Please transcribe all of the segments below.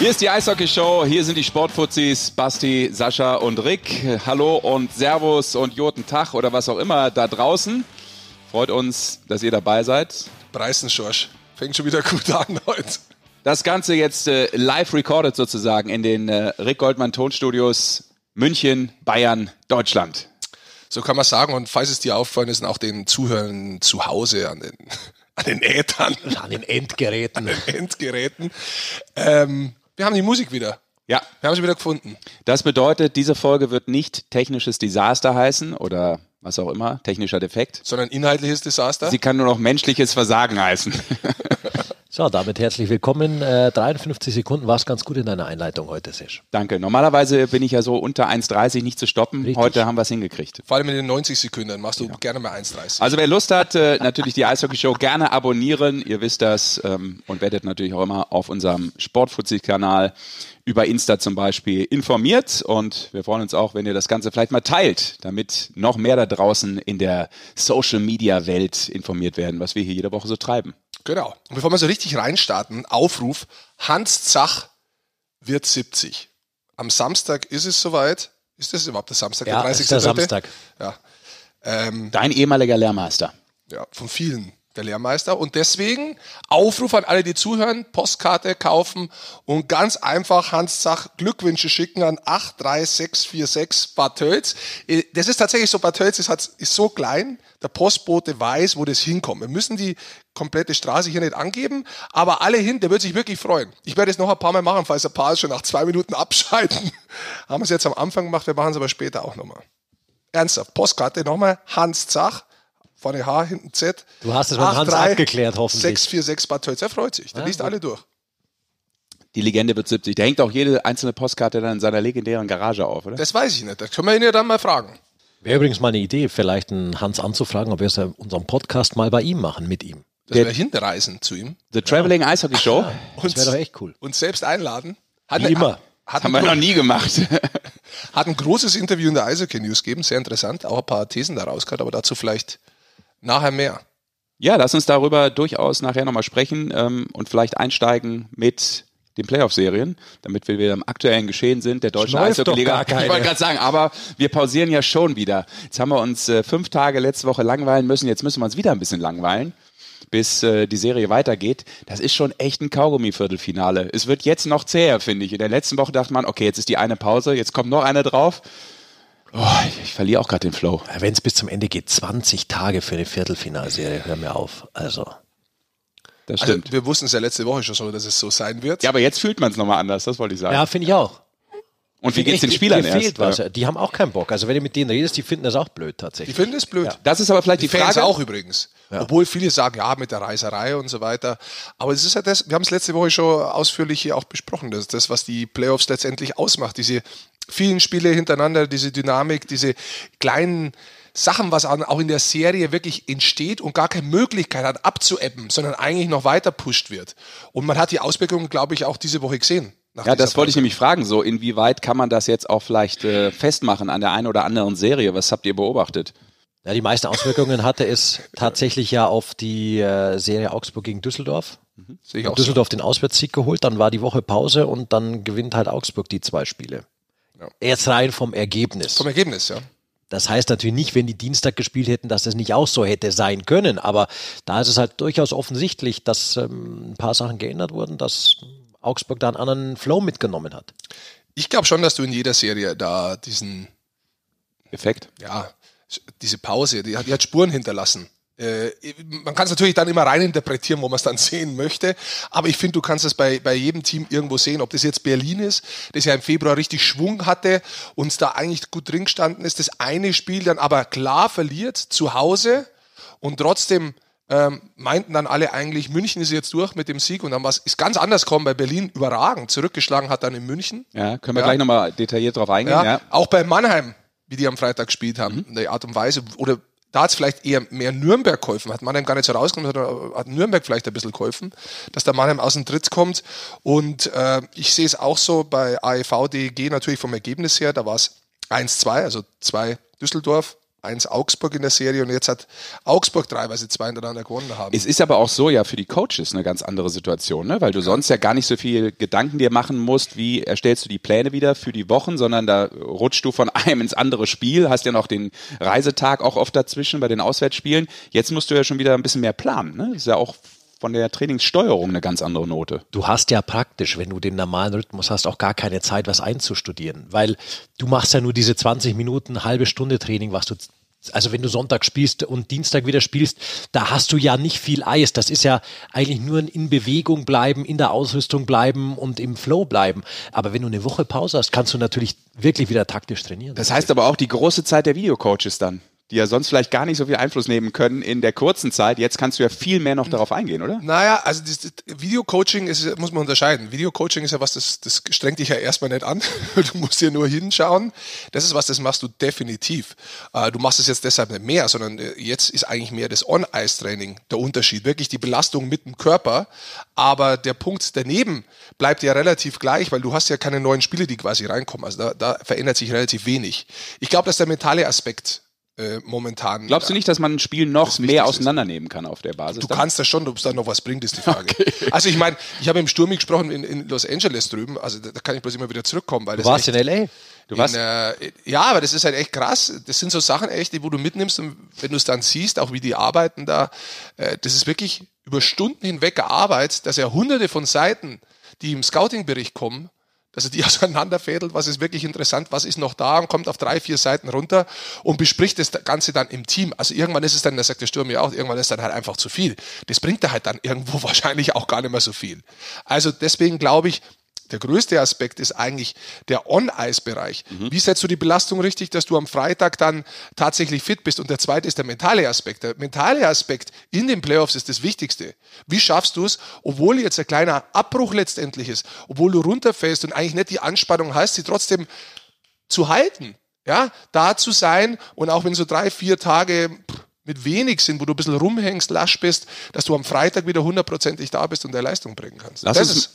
Hier ist die Eishockey-Show, hier sind die Sportfuzis, Basti, Sascha und Rick. Hallo und Servus und Joten Tag oder was auch immer da draußen. Freut uns, dass ihr dabei seid. Preißenschorsch, fängt schon wieder gut an heute. Das Ganze jetzt live recorded sozusagen in den Rick Goldmann Tonstudios München, Bayern, Deutschland. So kann man sagen, und falls es dir auffallen ist, auch den Zuhörern zu Hause an den Äthern. An den Endgeräten. Wir haben die Musik wieder. Ja. Wir haben sie wieder gefunden. Das bedeutet, diese Folge wird nicht technisches Desaster heißen oder was auch immer, technischer Defekt. Sondern inhaltliches Desaster. Sie kann nur noch menschliches Versagen heißen. So, damit herzlich willkommen. 53 Sekunden war es ganz gut in deiner Einleitung heute, Sesh. Danke. Normalerweise bin ich ja so unter 1,30 nicht zu stoppen. Richtig. Heute haben wir es hingekriegt. Vor allem in den 90 Sekunden machst du gerne mal 1,30. Also wer Lust hat, natürlich die Eishockey-Show gerne abonnieren. Ihr wisst das und werdet natürlich auch immer auf unserem Sportfuzzi-Kanal über Insta zum Beispiel informiert. Und wir freuen uns auch, wenn ihr das Ganze vielleicht mal teilt, damit noch mehr da draußen in der Social-Media-Welt informiert werden, was wir hier jede Woche so treiben. Genau. Und bevor wir so richtig reinstarten, Aufruf, Hans Zach wird 70. Am Samstag ist es soweit. Ist das überhaupt der Samstag? Ja, der 30. ist der Samstag. Ja. Dein ehemaliger Lehrmeister. Ja, von vielen der Lehrmeister. Und deswegen Aufruf an alle, die zuhören, Postkarte kaufen und ganz einfach Hans Zach Glückwünsche schicken an 83646 Bad Tölz. Das ist tatsächlich so, Bad Tölz ist so klein, der Postbote weiß, wo das hinkommt. Wir müssen die komplette Straße hier nicht angeben, aber alle hin, der wird sich wirklich freuen. Ich werde es noch ein paar Mal machen, falls ein paar schon nach 2 Minuten abschalten. Haben wir es jetzt am Anfang gemacht, wir machen es aber später auch nochmal. Ernsthaft, Postkarte nochmal, Hans Zach, vorne H, hinten Z. Du hast es mit Hans abgeklärt, hoffentlich. 646 Bad Tölz, er freut sich, der liest alle durch. Die Legende wird 70. Der hängt auch jede einzelne Postkarte dann in seiner legendären Garage auf, oder? Das weiß ich nicht, das können wir ihn ja dann mal fragen. Wäre übrigens mal eine Idee, vielleicht einen Hans anzufragen, ob wir es in unserem Podcast mal bei ihm machen, mit ihm. Dass wir hinreisen zu ihm. The Traveling Eishockey Show. Das wäre doch echt cool. Und selbst einladen. Wie immer. Das haben wir noch nie gemacht. Hat ein großes Interview in der Eishockey News gegeben, sehr interessant, auch ein paar Thesen da rausgehört, aber dazu vielleicht nachher mehr. Ja, lass uns darüber durchaus nachher nochmal sprechen und vielleicht einsteigen mit den Playoff-Serien, damit wir wieder im aktuellen Geschehen sind, der deutschen Eishockey-Liga. Ich wollte gerade sagen, aber wir pausieren ja schon wieder. Jetzt haben wir uns 5 Tage letzte Woche langweilen müssen, jetzt müssen wir uns wieder ein bisschen langweilen, bis die Serie weitergeht. Das ist schon echt ein Kaugummi-Viertelfinale. Es wird jetzt noch zäher, finde ich. In der letzten Woche dachte man, okay, jetzt ist die eine Pause, jetzt kommt noch eine drauf. Oh, ich verliere auch gerade den Flow. Wenn es bis zum Ende geht, 20 Tage für eine Viertelfinalserie, hör mir auf. Also, Das stimmt. Wir wussten es ja letzte Woche schon so, dass es so sein wird. Ja, aber jetzt fühlt man es nochmal anders, das wollte ich sagen. ja, finde ich auch. Und wie geht's den Spielern Mir erst? fehlt was. Die haben auch keinen Bock. Also wenn du mit denen redest, die finden das auch blöd Ich tatsächlich. finde es blöd. Ja. Das ist aber vielleicht die Fans Frage. auch übrigens. Ja. Obwohl viele sagen, ja, mit der Reiserei und so weiter. Aber es ist ja das, wir haben es letzte Woche schon ausführlich hier auch besprochen, das ist das, was die Playoffs letztendlich ausmacht. Diese vielen Spiele hintereinander, diese Dynamik, diese kleinen Sachen, was auch in der Serie wirklich entsteht und gar keine Möglichkeit hat abzuebben, sondern eigentlich noch weiter pusht wird. Und man hat die Auswirkungen, glaube ich, auch diese Woche gesehen. Ja, das wollte ich nämlich fragen, so inwieweit kann man das jetzt auch vielleicht festmachen an der einen oder anderen Serie? Was habt ihr beobachtet? Ja, die meisten Auswirkungen hatte es tatsächlich ja auf die Serie Augsburg gegen Düsseldorf. Sehe ich auch Düsseldorf den Auswärtssieg geholt, dann war die Woche Pause und dann gewinnt halt Augsburg die 2 Spiele. Ja. Jetzt rein vom Ergebnis. Vom Ergebnis, ja. Das heißt natürlich nicht, wenn die Dienstag gespielt hätten, dass das nicht auch so hätte sein können, aber da ist es halt durchaus offensichtlich, dass ein paar Sachen geändert wurden, dass Augsburg da einen anderen Flow mitgenommen hat. Ich glaube schon, dass du in jeder Serie da diesen Effekt? Ja, diese Pause, die hat Spuren hinterlassen. Man kann es natürlich dann immer reininterpretieren, wo man es dann sehen möchte, aber ich finde, du kannst es bei jedem Team irgendwo sehen, ob das jetzt Berlin ist, das ja im Februar richtig Schwung hatte und da eigentlich gut drin gestanden ist, das eine Spiel dann aber klar verliert, zu Hause und trotzdem meinten dann alle eigentlich, München ist jetzt durch mit dem Sieg und dann ist ganz anders gekommen bei Berlin, überragend, zurückgeschlagen hat dann in München. Ja, können wir gleich nochmal detailliert drauf eingehen. Ja. Auch bei Mannheim, wie die am Freitag gespielt haben, in der Art und Weise, oder da hat es vielleicht eher mehr Nürnberg geholfen, hat Mannheim gar nicht so rausgenommen, hat Nürnberg vielleicht ein bisschen geholfen, dass der Mannheim aus dem Tritt kommt und ich sehe es auch so bei AEV DEG natürlich vom Ergebnis her, da war es 1-2, also 2 Düsseldorf, 1 Augsburg in der Serie und jetzt hat Augsburg 3, weil sie 2 hintereinander gewonnen haben. Es ist aber auch so ja für die Coaches eine ganz andere Situation, ne? Weil du sonst ja gar nicht so viel Gedanken dir machen musst, wie erstellst du die Pläne wieder für die Wochen, sondern da rutschst du von einem ins andere Spiel, hast ja noch den Reisetag auch oft dazwischen bei den Auswärtsspielen. Jetzt musst du ja schon wieder ein bisschen mehr planen, ne? Das ist ja auch von der Trainingssteuerung eine ganz andere Note. Du hast ja praktisch, wenn du den normalen Rhythmus hast, auch gar keine Zeit, was einzustudieren, weil du machst ja nur diese 20 Minuten, halbe Stunde Training, also wenn du Sonntag spielst und Dienstag wieder spielst, da hast du ja nicht viel Eis. Das ist ja eigentlich nur ein in Bewegung bleiben, in der Ausrüstung bleiben und im Flow bleiben. Aber wenn du eine Woche Pause hast, kannst du natürlich wirklich wieder taktisch trainieren. Das heißt aber auch die große Zeit der Videocoaches dann, die ja sonst vielleicht gar nicht so viel Einfluss nehmen können in der kurzen Zeit. Jetzt kannst du ja viel mehr noch darauf eingehen, oder? Naja, also das Videocoaching muss man unterscheiden. Videocoaching ist ja was, das strengt dich ja erstmal nicht an. Du musst hier nur hinschauen. Das ist was, das machst du definitiv. Du machst es jetzt deshalb nicht mehr, sondern jetzt ist eigentlich mehr das On-Ice-Training der Unterschied. Wirklich die Belastung mit dem Körper. Aber der Punkt daneben bleibt ja relativ gleich, weil du hast ja keine neuen Spiele, die quasi reinkommen. Also da verändert sich relativ wenig. Ich glaube, dass der mentale Aspekt momentan. Glaubst du nicht, dass man ein Spiel noch mehr auseinandernehmen kann auf der Basis? Du kannst das schon, ob es da noch was bringt, ist die Frage. Okay. Also ich meine, ich habe im Sturmi gesprochen in Los Angeles drüben, also da kann ich bloß immer wieder zurückkommen. Weil du warst in L.A.? Ja, aber das ist halt echt krass. Das sind so Sachen echt, wo du mitnimmst und wenn du es dann siehst, auch wie die arbeiten da, das ist wirklich über Stunden hinweg Arbeit, dass ja hunderte von Seiten, die im Scouting-Bericht kommen, dass er die auseinanderfädelt, was ist wirklich interessant, was ist noch da und kommt auf 3-4 Seiten runter und bespricht das Ganze dann im Team. Also irgendwann ist es dann, das sagt der Sturm ja auch, irgendwann ist dann halt einfach zu viel. Das bringt er halt dann irgendwo wahrscheinlich auch gar nicht mehr so viel. Also deswegen glaube ich, der größte Aspekt ist eigentlich der On-Ice-Bereich. Wie setzt du die Belastung richtig, dass du am Freitag dann tatsächlich fit bist? Und der zweite ist der mentale Aspekt. Der mentale Aspekt in den Playoffs ist das Wichtigste. Wie schaffst du es, obwohl jetzt ein kleiner Abbruch letztendlich ist, obwohl du runterfällst und eigentlich nicht die Anspannung hast, sie trotzdem zu halten, ja, da zu sein und auch wenn so 3-4 Tage mit wenig sind, wo du ein bisschen rumhängst, lasch bist, dass du am Freitag wieder 100%ig da bist und der Leistung bringen kannst.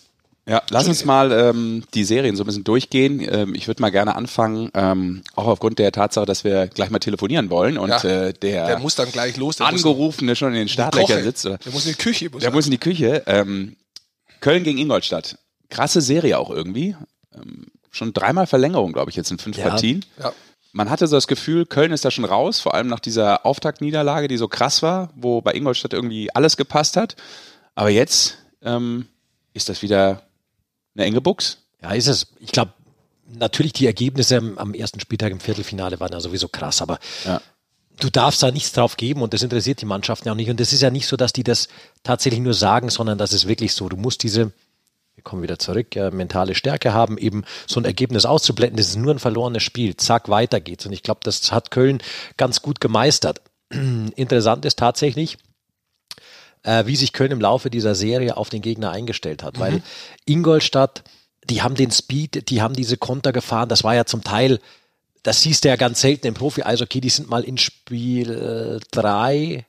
Lass uns mal die Serien so ein bisschen durchgehen. Ich würde mal gerne anfangen, auch aufgrund der Tatsache, dass wir gleich mal telefonieren wollen und der muss dann gleich los. Angerufene schon in den Startlöchern sitzt. Der muss in die Küche. Der muss in die Küche. Köln gegen Ingolstadt. Krasse Serie auch irgendwie. Schon 3-mal Verlängerung, glaube ich, jetzt in 5 Partien. Ja. Man hatte so das Gefühl, Köln ist da schon raus, vor allem nach dieser Auftaktniederlage, die so krass war, wo bei Ingolstadt irgendwie alles gepasst hat. Aber jetzt ist das wieder eine enge Buchs. Ja, ist es. Ich glaube, natürlich die Ergebnisse am ersten Spieltag im Viertelfinale waren ja sowieso krass, aber du darfst da nichts drauf geben und das interessiert die Mannschaften ja auch nicht. Und das ist ja nicht so, dass die das tatsächlich nur sagen, sondern das ist wirklich so. Du musst wir kommen wieder zurück, mentale Stärke haben, eben so ein Ergebnis auszublenden. Das ist nur ein verlorenes Spiel. Zack, weiter geht's. Und ich glaube, das hat Köln ganz gut gemeistert. Interessant ist tatsächlich, wie sich Köln im Laufe dieser Serie auf den Gegner eingestellt hat. Weil Ingolstadt, die haben den Speed, die haben diese Konter gefahren. Das war ja zum Teil, das siehst du ja ganz selten im Profi-Eishockey, die sind mal in Spiel 2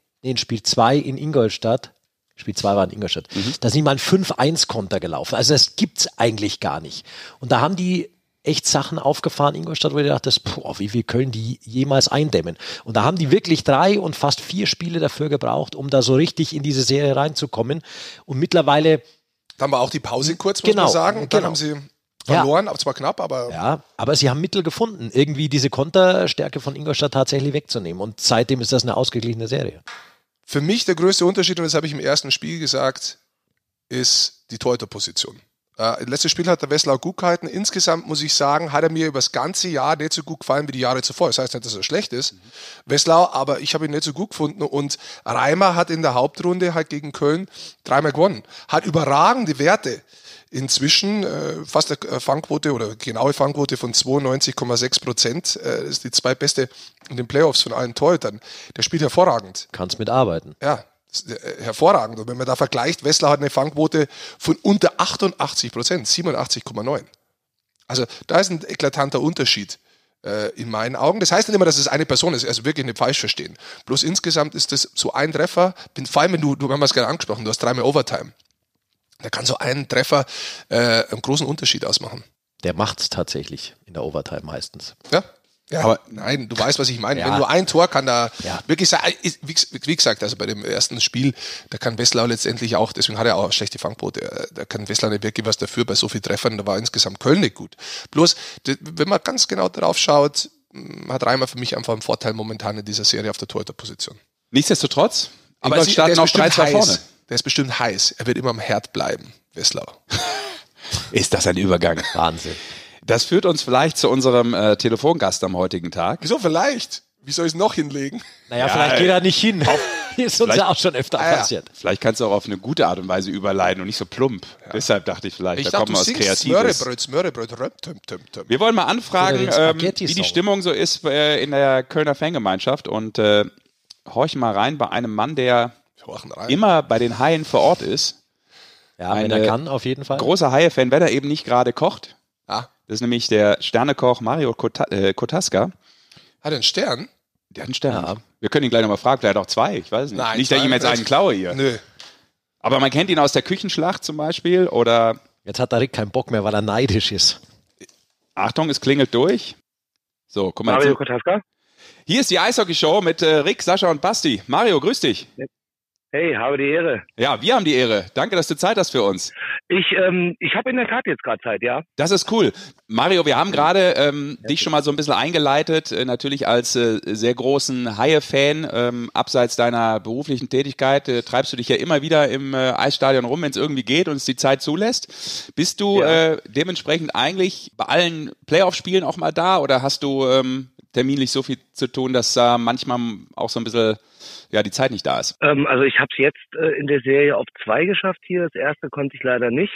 in Ingolstadt. Spiel 2 war in Ingolstadt. Da sind mal ein 5-1-Konter gelaufen. Also das gibt's eigentlich gar nicht. Und da haben die echt Sachen aufgefahren, Ingolstadt, wo du dachtest, wie viel können die jemals eindämmen? Und da haben die wirklich 3 und fast 4 Spiele dafür gebraucht, um da so richtig in diese Serie reinzukommen. Und mittlerweile... Da haben wir auch die Pause kurz, muss man sagen. Und dann haben sie verloren, zwar knapp, aber... Ja, aber sie haben Mittel gefunden, irgendwie diese Konterstärke von Ingolstadt tatsächlich wegzunehmen. Und seitdem ist das eine ausgeglichene Serie. Für mich der größte Unterschied, und das habe ich im ersten Spiel gesagt, ist die Torhüterposition. Letztes Spiel hat der Wesslau gut gehalten. Insgesamt muss ich sagen, hat er mir über das ganze Jahr nicht so gut gefallen wie die Jahre zuvor. Das heißt nicht, dass er schlecht ist, Wesslau, aber ich habe ihn nicht so gut gefunden. Und Reimer hat in der Hauptrunde halt gegen Köln 3-mal gewonnen. Hat überragende Werte. Inzwischen fast eine Fangquote oder genaue Fangquote von 92,6%. Ist die zweitbeste in den Playoffs von allen Torhütern. Der spielt hervorragend. Kannst mitarbeiten. Ja. Hervorragend. Und wenn man da vergleicht, Wessler hat eine Fangquote von unter 88%, 87,9%. Also da ist ein eklatanter Unterschied in meinen Augen. Das heißt nicht immer, dass es eine Person ist, also wirklich nicht falsch verstehen. Bloß insgesamt ist das so ein Treffer, vor allem wenn du haben wir es gerade angesprochen, du hast 3-mal Overtime. Da kann so ein Treffer einen großen Unterschied ausmachen. Der macht's tatsächlich in der Overtime meistens. Ja. Ja, aber nein, du weißt, was ich meine. Ja. Wenn nur ein Tor kann da wirklich sein, wie gesagt, also bei dem ersten Spiel, da kann Wesslau letztendlich auch, deswegen hat er auch schlechte Fangquote, da kann Wesslau nicht wirklich was dafür bei so vielen Treffern, da war insgesamt Köln nicht gut. Bloß, wenn man ganz genau drauf schaut, hat Reimer für mich einfach einen Vorteil momentan in dieser Serie auf der Torhüterposition. Nichtsdestotrotz, aber starten noch 3-2 vorne. Der ist bestimmt heiß, er wird immer am Herd bleiben, Wesslau. Ist das ein Übergang? Wahnsinn. Das führt uns vielleicht zu unserem Telefongast am heutigen Tag. Wieso vielleicht? Wie soll ich es noch hinlegen? Naja, vielleicht geht er nicht hin. Ist uns ja auch schon öfter passiert. Vielleicht kannst du auch auf eine gute Art und Weise überleiten und nicht so plump. Ja. Deshalb dachte ich vielleicht, da kommen wir aus Kreatives. Smörrebröt. Wir wollen mal anfragen, wie die Stimmung so ist in der Kölner Fangemeinschaft und horchen mal rein bei einem Mann, der immer bei den Haien vor Ort ist. Ja, wenn er kann, auf jeden Fall. Großer Haie-Fan, wenn er eben nicht gerade kocht. Ah. Das ist nämlich der Sternekoch Mario Kotaska. Hat er einen Stern? Der hat einen Stern. Ja. Wir können ihn gleich nochmal fragen, vielleicht auch 2, ich weiß nicht. Nein, nicht, dass ich ihm jetzt einen klaue hier. Nö. Aber man kennt ihn aus der Küchenschlacht zum Beispiel, oder... Jetzt hat der Rick keinen Bock mehr, weil er neidisch ist. Achtung, es klingelt durch. So, guck mal. Mario Kotaska? Hier ist die Eishockey-Show mit Rick, Sascha und Basti. Mario, grüß dich. Hey, habe die Ehre. Ja, wir haben die Ehre. Danke, dass du Zeit hast für uns. Ich habe in der Tat jetzt gerade Zeit, ja. Das ist cool. Mario, wir haben gerade dich schon mal so ein bisschen eingeleitet, natürlich als sehr großen Haie-Fan. Abseits deiner beruflichen Tätigkeit treibst du dich ja immer wieder im Eisstadion rum, wenn es irgendwie geht und es die Zeit zulässt. Bist du dementsprechend eigentlich bei allen Playoff-Spielen auch mal da oder hast du terminlich so viel zu tun, dass da manchmal auch so ein bisschen die Zeit nicht da ist? Also ich habe es jetzt in der Serie auf 2 geschafft hier. Das erste konnte ich leider nicht.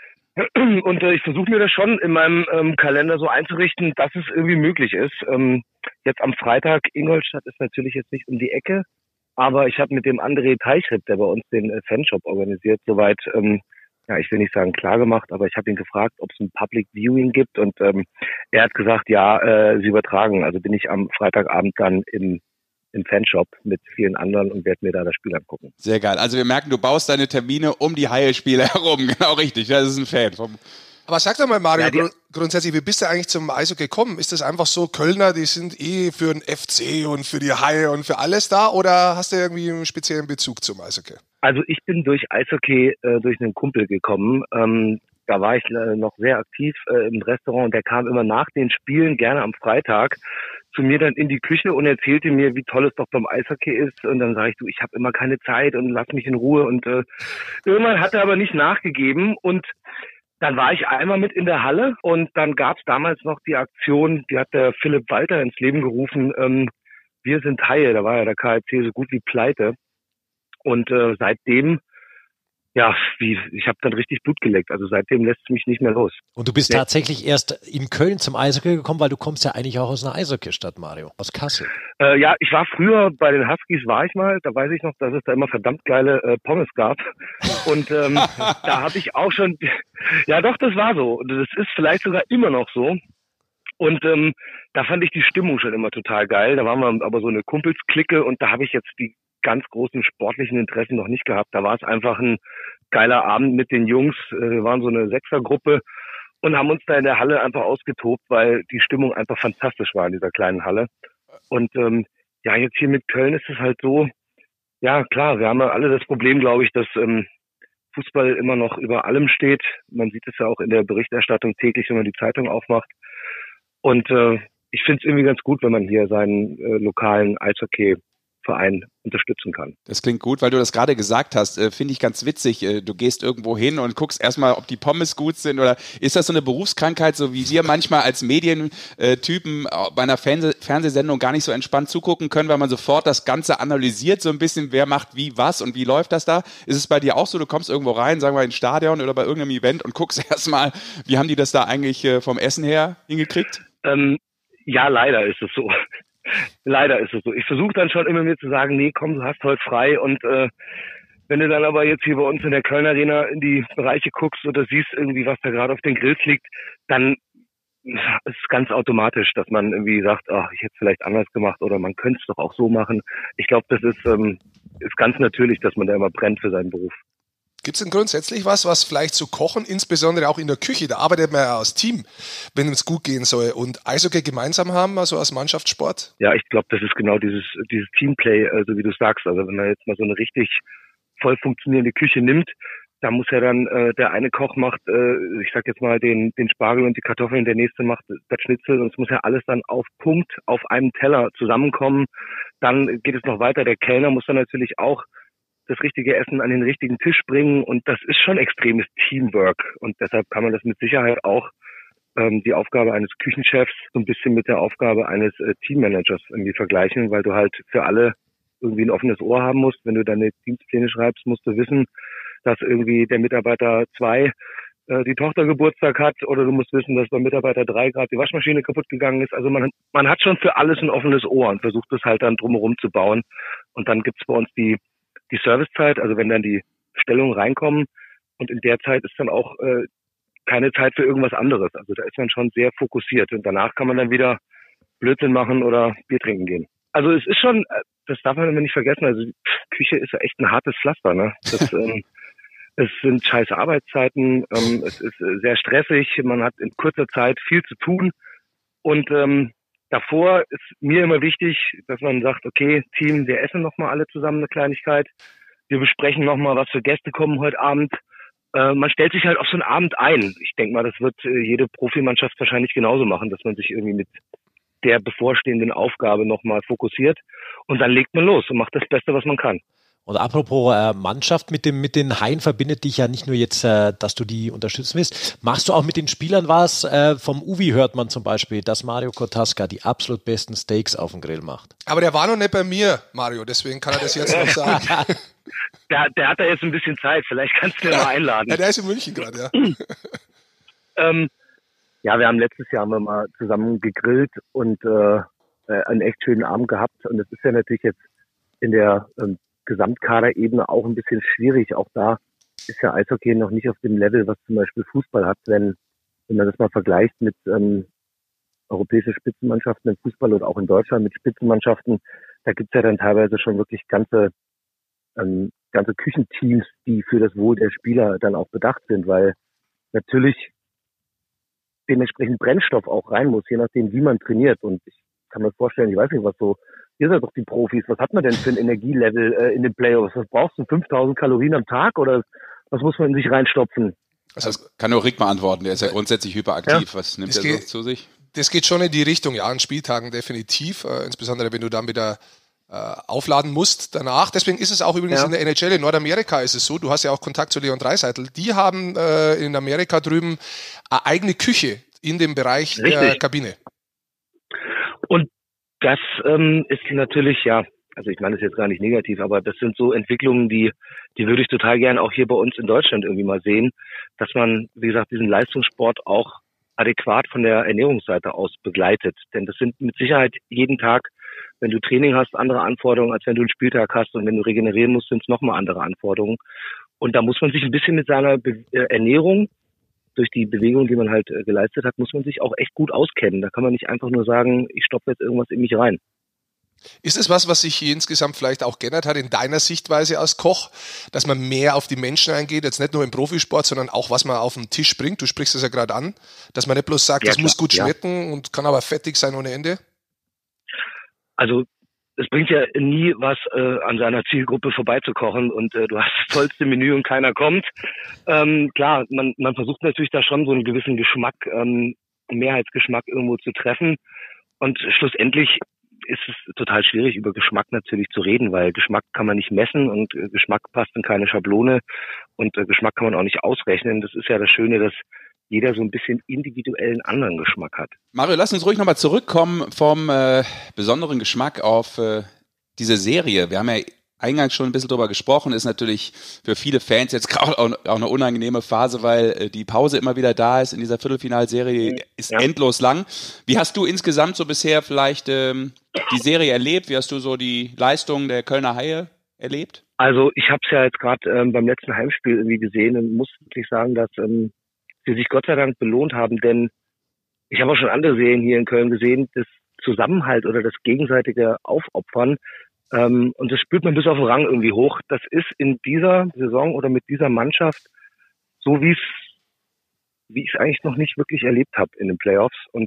Und ich versuche mir das schon in meinem Kalender so einzurichten, dass es irgendwie möglich ist. Jetzt am Freitag, Ingolstadt ist natürlich jetzt nicht um die Ecke, aber ich habe mit dem André Teichripp, der bei uns den Fanshop organisiert, soweit, ich will nicht sagen klar gemacht, aber ich habe ihn gefragt, ob es ein Public Viewing gibt und er hat gesagt, sie übertragen. Also bin ich am Freitagabend dann im Fanshop mit vielen anderen und werde mir da das Spiel angucken. Sehr geil. Also wir merken, du baust deine Termine um die Haie-Spiele herum. Genau richtig. Das ist ein Fan. Aber sag doch mal, Mario, grundsätzlich, wie bist du eigentlich zum Eishockey gekommen? Ist das einfach so, Kölner, die sind für den FC und für die Haie und für alles da? Oder hast du irgendwie einen speziellen Bezug zum Eishockey? Also ich bin durch Eishockey durch einen Kumpel gekommen. Da war ich noch sehr aktiv im Restaurant und der kam immer nach den Spielen, gerne am Freitag, zu mir dann in die Küche und erzählte mir, wie toll es doch beim Eishockey ist. Und dann sage ich, ich habe immer keine Zeit und lass mich in Ruhe. Und irgendwann hat er aber nicht nachgegeben. Und dann war ich einmal mit in der Halle und dann gab es damals noch die Aktion, die hat der Philipp Walter ins Leben gerufen, wir sind Haie. Da war ja der KLC so gut wie pleite. Und seitdem... ich habe dann richtig Blut geleckt. Also seitdem lässt es mich nicht mehr los. Und du bist tatsächlich erst in Köln zum Eishockey gekommen, weil du kommst ja eigentlich auch aus einer Eishockeystadt, Mario, aus Kassel. Ich war früher bei den Huskies, da weiß ich noch, dass es da immer verdammt geile Pommes gab. Und da habe ich auch schon, das war so. Das ist vielleicht sogar immer noch so. Und da fand ich die Stimmung schon immer total geil. Da waren wir aber so eine Kumpelsklicke und da habe ich jetzt die ganz großen sportlichen Interessen noch nicht gehabt. Da war es einfach ein geiler Abend mit den Jungs. Wir waren so eine Sechsergruppe und haben uns da in der Halle einfach ausgetobt, weil die Stimmung einfach fantastisch war in dieser kleinen Halle. Und jetzt hier mit Köln ist es halt so, ja klar, wir haben ja alle das Problem, glaube ich, dass Fußball immer noch über allem steht. Man sieht es ja auch in der Berichterstattung täglich, wenn man die Zeitung aufmacht. Und ich finde es irgendwie ganz gut, wenn man hier seinen lokalen Eishockey-Verein unterstützen kann. Das klingt gut, weil du das gerade gesagt hast. Finde ich ganz witzig. Du gehst irgendwo hin und guckst erstmal, ob die Pommes gut sind oder ist das so eine Berufskrankheit, so wie wir manchmal als Medientypen bei einer Fernsehsendung gar nicht so entspannt zugucken können, weil man sofort das Ganze analysiert, so ein bisschen, wer macht wie was und wie läuft das da? Ist es bei dir auch so, du kommst irgendwo rein, sagen wir ins Stadion oder bei irgendeinem Event und guckst erstmal, wie haben die das da eigentlich vom Essen her hingekriegt? Leider ist es so. Leider ist es so. Ich versuche dann schon immer mir zu sagen, nee, komm, du hast heute frei und wenn du dann aber jetzt hier bei uns in der Köln Arena in die Bereiche guckst oder siehst irgendwie, was da gerade auf den Grills liegt, dann ist es ganz automatisch, dass man irgendwie sagt, ich hätte es vielleicht anders gemacht oder man könnte es doch auch so machen. Ich glaube, das ist ganz natürlich, dass man da immer brennt für seinen Beruf. Gibt es denn grundsätzlich was vielleicht zu kochen, insbesondere auch in der Küche, da arbeitet man ja als Team, wenn es gut gehen soll, und Eishockey gemeinsam haben, also als Mannschaftssport? Ja, ich glaube, das ist genau dieses Teamplay, also wie du sagst. Also wenn man jetzt mal so eine richtig voll funktionierende Küche nimmt, da muss ja dann der eine Koch macht, ich sag jetzt mal, den Spargel und die Kartoffeln, der nächste macht das Schnitzel, und es muss ja alles dann auf Punkt auf einem Teller zusammenkommen. Dann geht es noch weiter. Der Kellner muss dann natürlich auch das richtige Essen an den richtigen Tisch bringen, und das ist schon extremes Teamwork, und deshalb kann man das mit Sicherheit auch die Aufgabe eines Küchenchefs so ein bisschen mit der Aufgabe eines Teammanagers irgendwie vergleichen, weil du halt für alle irgendwie ein offenes Ohr haben musst. Wenn du deine Dienstpläne schreibst, musst du wissen, dass irgendwie der Mitarbeiter 2 die Tochter Geburtstag hat, oder du musst wissen, dass beim Mitarbeiter 3 gerade die Waschmaschine kaputt gegangen ist. Also man hat schon für alles ein offenes Ohr und versucht es halt dann drumherum zu bauen. Und dann gibt's bei uns die Servicezeit, also wenn dann die Bestellungen reinkommen, und in der Zeit ist dann auch keine Zeit für irgendwas anderes. Also da ist man schon sehr fokussiert, und danach kann man dann wieder Blödsinn machen oder Bier trinken gehen. Also es ist schon, das darf man immer nicht vergessen, also Küche ist ja echt ein hartes Pflaster, ne? Es sind scheiß Arbeitszeiten, es ist sehr stressig, man hat in kurzer Zeit viel zu tun, und davor ist mir immer wichtig, dass man sagt, okay, Team, wir essen nochmal alle zusammen eine Kleinigkeit. Wir besprechen nochmal, was für Gäste kommen heute Abend. Man stellt sich halt auf so einen Abend ein. Ich denke mal, das wird jede Profimannschaft wahrscheinlich genauso machen, dass man sich irgendwie mit der bevorstehenden Aufgabe nochmal fokussiert. Und dann legt man los und macht das Beste, was man kann. Und apropos Mannschaft, mit den Haien verbindet dich ja nicht nur jetzt, dass du die unterstützen willst. Machst du auch mit den Spielern was? Vom Uwi hört man zum Beispiel, dass Mario Kotaska die absolut besten Steaks auf dem Grill macht. Aber der war noch nicht bei mir, Mario, deswegen kann er das jetzt noch sagen. Der hat da jetzt ein bisschen Zeit, vielleicht kannst du ihn mal einladen. Ja, der ist in München gerade, ja. Ja, wir haben letztes Jahr mal zusammen gegrillt und einen echt schönen Abend gehabt. Und das ist ja natürlich jetzt in der Gesamtkaderebene auch ein bisschen schwierig. Auch da ist ja Eishockey noch nicht auf dem Level, was zum Beispiel Fußball hat. Wenn man das mal vergleicht mit europäischen Spitzenmannschaften im Fußball oder auch in Deutschland mit Spitzenmannschaften, da gibt's ja dann teilweise schon wirklich ganze Küchenteams, die für das Wohl der Spieler dann auch bedacht sind, weil natürlich dementsprechend Brennstoff auch rein muss, je nachdem, wie man trainiert. Und ich kann mir vorstellen, ich weiß nicht, was so, ihr seid doch die Profis, was hat man denn für ein Energielevel in den Playoffs? Was brauchst du, 5.000 Kalorien am Tag, oder was muss man in sich reinstopfen? Also das kann nur Rick beantworten, der ist ja grundsätzlich hyperaktiv. Ja. Was nimmt er so zu sich? Das geht schon in die Richtung, ja, an Spieltagen definitiv, insbesondere wenn du dann wieder aufladen musst danach. Deswegen ist es auch übrigens in der NHL, in Nordamerika ist es so, du hast ja auch Kontakt zu Leon Draisaitl, die haben in Amerika drüben eine eigene Küche in dem Bereich der Kabine. Und das ist natürlich, ja, also ich meine das ist jetzt gar nicht negativ, aber das sind so Entwicklungen, die würde ich total gern auch hier bei uns in Deutschland irgendwie mal sehen, dass man, wie gesagt, diesen Leistungssport auch adäquat von der Ernährungsseite aus begleitet. Denn das sind mit Sicherheit jeden Tag, wenn du Training hast, andere Anforderungen, als wenn du einen Spieltag hast, und wenn du regenerieren musst, sind es nochmal andere Anforderungen. Und da muss man sich ein bisschen mit seiner Ernährung, durch die Bewegung, die man halt geleistet hat, muss man sich auch echt gut auskennen. Da kann man nicht einfach nur sagen, ich stopfe jetzt irgendwas in mich rein. Ist es was sich hier insgesamt vielleicht auch geändert hat in deiner Sichtweise als Koch, dass man mehr auf die Menschen eingeht, jetzt nicht nur im Profisport, sondern auch was man auf den Tisch bringt? Du sprichst es ja gerade an, dass man nicht bloß sagt, das muss gut schmecken und kann aber fettig sein ohne Ende? Also es bringt ja nie was, an seiner Zielgruppe vorbeizukochen, und du hast das tollste Menü und keiner kommt. Klar, man versucht natürlich da schon so einen gewissen Geschmack, Mehrheitsgeschmack irgendwo zu treffen, und schlussendlich ist es total schwierig, über Geschmack natürlich zu reden, weil Geschmack kann man nicht messen, und Geschmack passt in keine Schablone, und Geschmack kann man auch nicht ausrechnen. Das ist ja das Schöne, dass jeder so ein bisschen individuellen anderen Geschmack hat. Mario, lass uns ruhig nochmal zurückkommen vom besonderen Geschmack auf diese Serie. Wir haben ja eingangs schon ein bisschen drüber gesprochen, ist natürlich für viele Fans jetzt gerade auch eine unangenehme Phase, weil die Pause immer wieder da ist in dieser Viertelfinalserie, ist endlos lang. Wie hast du insgesamt so bisher vielleicht die Serie erlebt? Wie hast du so die Leistung der Kölner Haie erlebt? Also ich habe es ja jetzt gerade beim letzten Heimspiel irgendwie gesehen und muss wirklich sagen, dass sie sich Gott sei Dank belohnt haben, denn ich habe auch schon andere Serien hier in Köln gesehen, das Zusammenhalt oder das gegenseitige Aufopfern Und das spürt man bis auf den Rang irgendwie hoch. Das ist in dieser Saison oder mit dieser Mannschaft so, wie ich es eigentlich noch nicht wirklich erlebt habe in den Playoffs. Und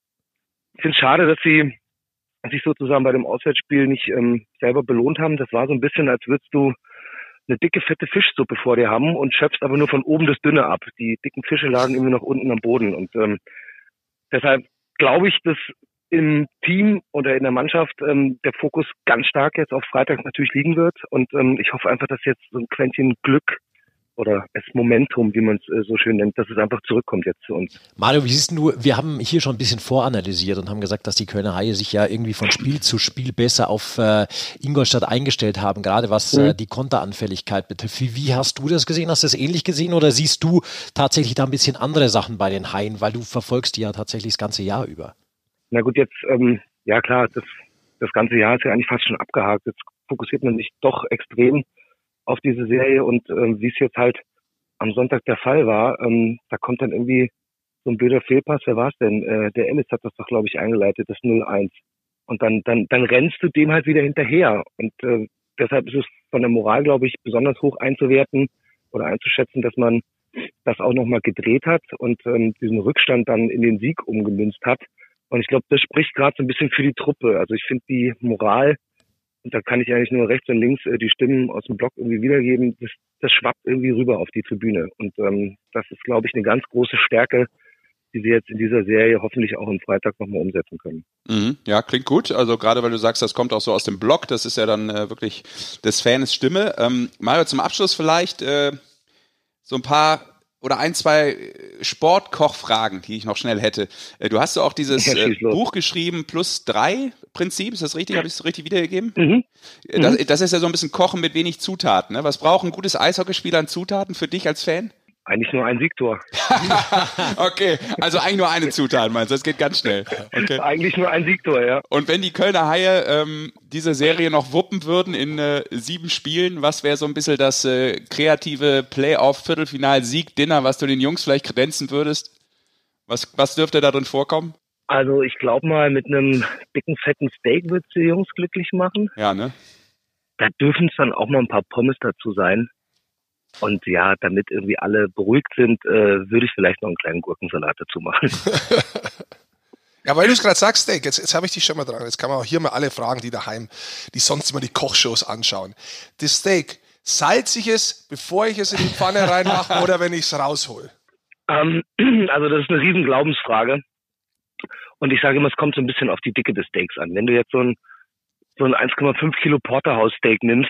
ich finde es schade, dass sie sich sozusagen bei dem Auswärtsspiel nicht selber belohnt haben. Das war so ein bisschen, als würdest du eine dicke, fette Fischsuppe vor dir haben und schöpfst aber nur von oben das Dünne ab. Die dicken Fische lagen irgendwie noch unten am Boden. Und deshalb glaube ich, dass im Team oder in der Mannschaft der Fokus ganz stark jetzt auf Freitag natürlich liegen wird. Und ich hoffe einfach, dass jetzt so ein Quäntchen Glück oder das Momentum, wie man es so schön nennt, dass es einfach zurückkommt jetzt zu uns. Mario, wie siehst du, wir haben hier schon ein bisschen voranalysiert und haben gesagt, dass die Kölner Haie sich ja irgendwie von Spiel zu Spiel besser auf Ingolstadt eingestellt haben, gerade was die Konteranfälligkeit betrifft. Wie hast du das gesehen? Hast du das ähnlich gesehen oder siehst du tatsächlich da ein bisschen andere Sachen bei den Haien, weil du verfolgst die ja tatsächlich das ganze Jahr über? Na gut, jetzt, ja klar, das ganze Jahr ist ja eigentlich fast schon abgehakt. Jetzt fokussiert man sich doch extrem auf diese Serie und wie es jetzt halt am Sonntag der Fall war, da kommt dann irgendwie so ein blöder Fehlpass. Wer war es denn? Der Ellis hat das doch, glaube ich, eingeleitet, das 0-1. Und dann rennst du dem halt wieder hinterher. Und deshalb ist es von der Moral, glaube ich, besonders hoch einzuwerten oder einzuschätzen, dass man das auch nochmal gedreht hat und diesen Rückstand dann in den Sieg umgemünzt hat. Und ich glaube, das spricht gerade so ein bisschen für die Truppe. Also ich finde die Moral, und da kann ich eigentlich nur rechts und links die Stimmen aus dem Block irgendwie wiedergeben, das schwappt irgendwie rüber auf die Tribüne. Und das ist, glaube ich, eine ganz große Stärke, die wir jetzt in dieser Serie hoffentlich auch am Freitag nochmal umsetzen können. Mhm. Ja, klingt gut. Also gerade weil du sagst, das kommt auch so aus dem Block, das ist ja dann wirklich des Fans Stimme. Mario, zum Abschluss vielleicht so ein paar oder ein, zwei Sportkochfragen, die ich noch schnell hätte. Du hast ja auch dieses Buch geschrieben, +3-Prinzip, ist das richtig? Habe ich es richtig wiedergegeben? Mhm. Das ist ja so ein bisschen Kochen mit wenig Zutaten. Ne? Was braucht ein gutes Eishockeyspiel an Zutaten für dich als Fan? Eigentlich nur ein Siegtor. Okay, also eigentlich nur eine Zutat, meinst du? Das geht ganz schnell. Okay. Eigentlich nur ein Siegtor, ja. Und wenn die Kölner Haie diese Serie noch wuppen würden in 7 Spielen, was wäre so ein bisschen das kreative Playoff-Viertelfinal-Sieg-Dinner, was du den Jungs vielleicht kredenzen würdest? Was dürfte da drin vorkommen? Also ich glaube mal, mit einem dicken, fetten Steak würdest du die Jungs glücklich machen. Ja, ne? Da dürfen es dann auch mal ein paar Pommes dazu sein. Und ja, damit irgendwie alle beruhigt sind, würde ich vielleicht noch einen kleinen Gurkensalat dazu machen. Ja, weil du es gerade sagst, Steak, jetzt habe ich dich schon mal dran. Jetzt kann man auch hier mal alle fragen, die daheim, die sonst immer die Kochshows anschauen. Das Steak, salze ich es, bevor ich es in die Pfanne reinmache oder wenn ich es raushol? Also das ist eine riesen Glaubensfrage. Und ich sage immer, es kommt so ein bisschen auf die Dicke des Steaks an. Wenn du jetzt so ein 1,5 Kilo Porterhouse-Steak nimmst,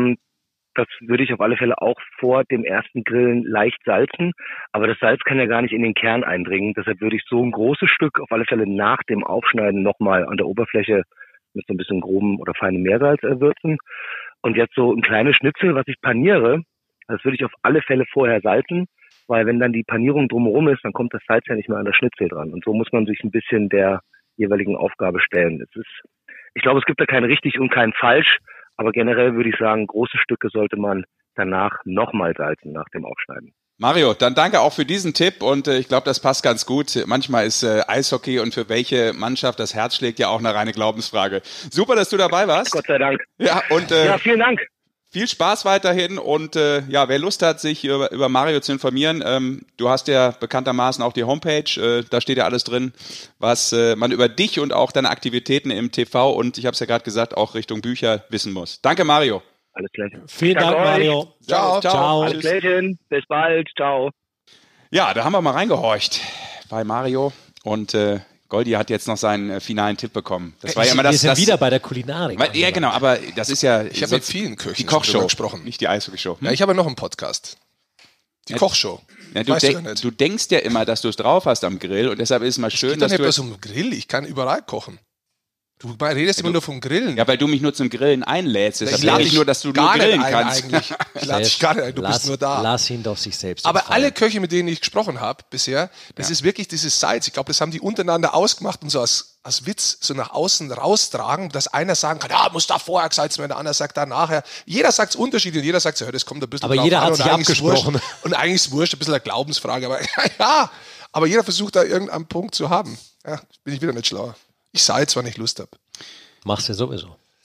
das würde ich auf alle Fälle auch vor dem ersten Grillen leicht salzen. Aber das Salz kann ja gar nicht in den Kern eindringen. Deshalb würde ich so ein großes Stück auf alle Fälle nach dem Aufschneiden nochmal an der Oberfläche mit so ein bisschen grobem oder feinem Meersalz würzen. Und jetzt so ein kleines Schnitzel, was ich paniere, das würde ich auf alle Fälle vorher salzen. Weil wenn dann die Panierung drumherum ist, dann kommt das Salz ja nicht mehr an das Schnitzel dran. Und so muss man sich ein bisschen der jeweiligen Aufgabe stellen. Ich glaube, es gibt da kein richtig und kein falsch. Aber generell würde ich sagen, große Stücke sollte man danach nochmal salzen nach dem Aufschneiden. Mario, dann danke auch für diesen Tipp und ich glaube, das passt ganz gut. Manchmal ist Eishockey und für welche Mannschaft das Herz schlägt ja auch eine reine Glaubensfrage. Super, dass du dabei warst. Gott sei Dank. Ja, und ja, vielen Dank. Viel Spaß weiterhin und ja, wer Lust hat, sich über Mario zu informieren, du hast ja bekanntermaßen auch die Homepage, da steht ja alles drin, was man über dich und auch deine Aktivitäten im TV und ich habe es ja gerade gesagt, auch Richtung Bücher wissen muss. Danke, Mario. Alles klar. Vielen Dank, Mario. Ciao. Ciao. Alles Klärchen. Bis bald. Ciao. Ja, da haben wir mal reingehorcht bei Mario und Goldi hat jetzt noch seinen finalen Tipp bekommen. Das war ja immer wir sind wieder bei der Kulinarik. Ja, genau, aber das ist ja... Ich habe mit vielen Köchen die Kochshow gesprochen. Nicht die Eishockey-Show. Ja, ich habe noch einen Podcast. Die Kochshow. Ja, du denkst ja immer, dass du es drauf hast am Grill und deshalb ist es mal schön, dass du... Ich nicht um Grill, ich kann überall kochen. Du redest immer nur vom Grillen. Ja, weil du mich nur zum Grillen einlädst. Deshalb lade ich nur, dass du nur grillen kannst. Eigentlich. Ich lade dich gar nicht ein, du bist nur da. Lass ihn doch sich selbst Aber alle Köche, mit denen ich gesprochen habe bisher, das ist wirklich dieses Salz. Ich glaube, das haben die untereinander ausgemacht und so als Witz so nach außen raustragen, dass einer sagen kann, ja, muss da vorher gesalzen werden, der andere sagt da nachher. Jeder sagt es unterschiedlich und jeder sagt so, das kommt ein bisschen aber jeder hat sich abgesprochen. Und eigentlich ist es wurscht, ein bisschen eine Glaubensfrage. Aber ja, aber jeder versucht da irgendeinen Punkt zu haben. Ja, bin ich wieder nicht schlauer. Ich salze, wann ich Lust habe. Machst du sowieso.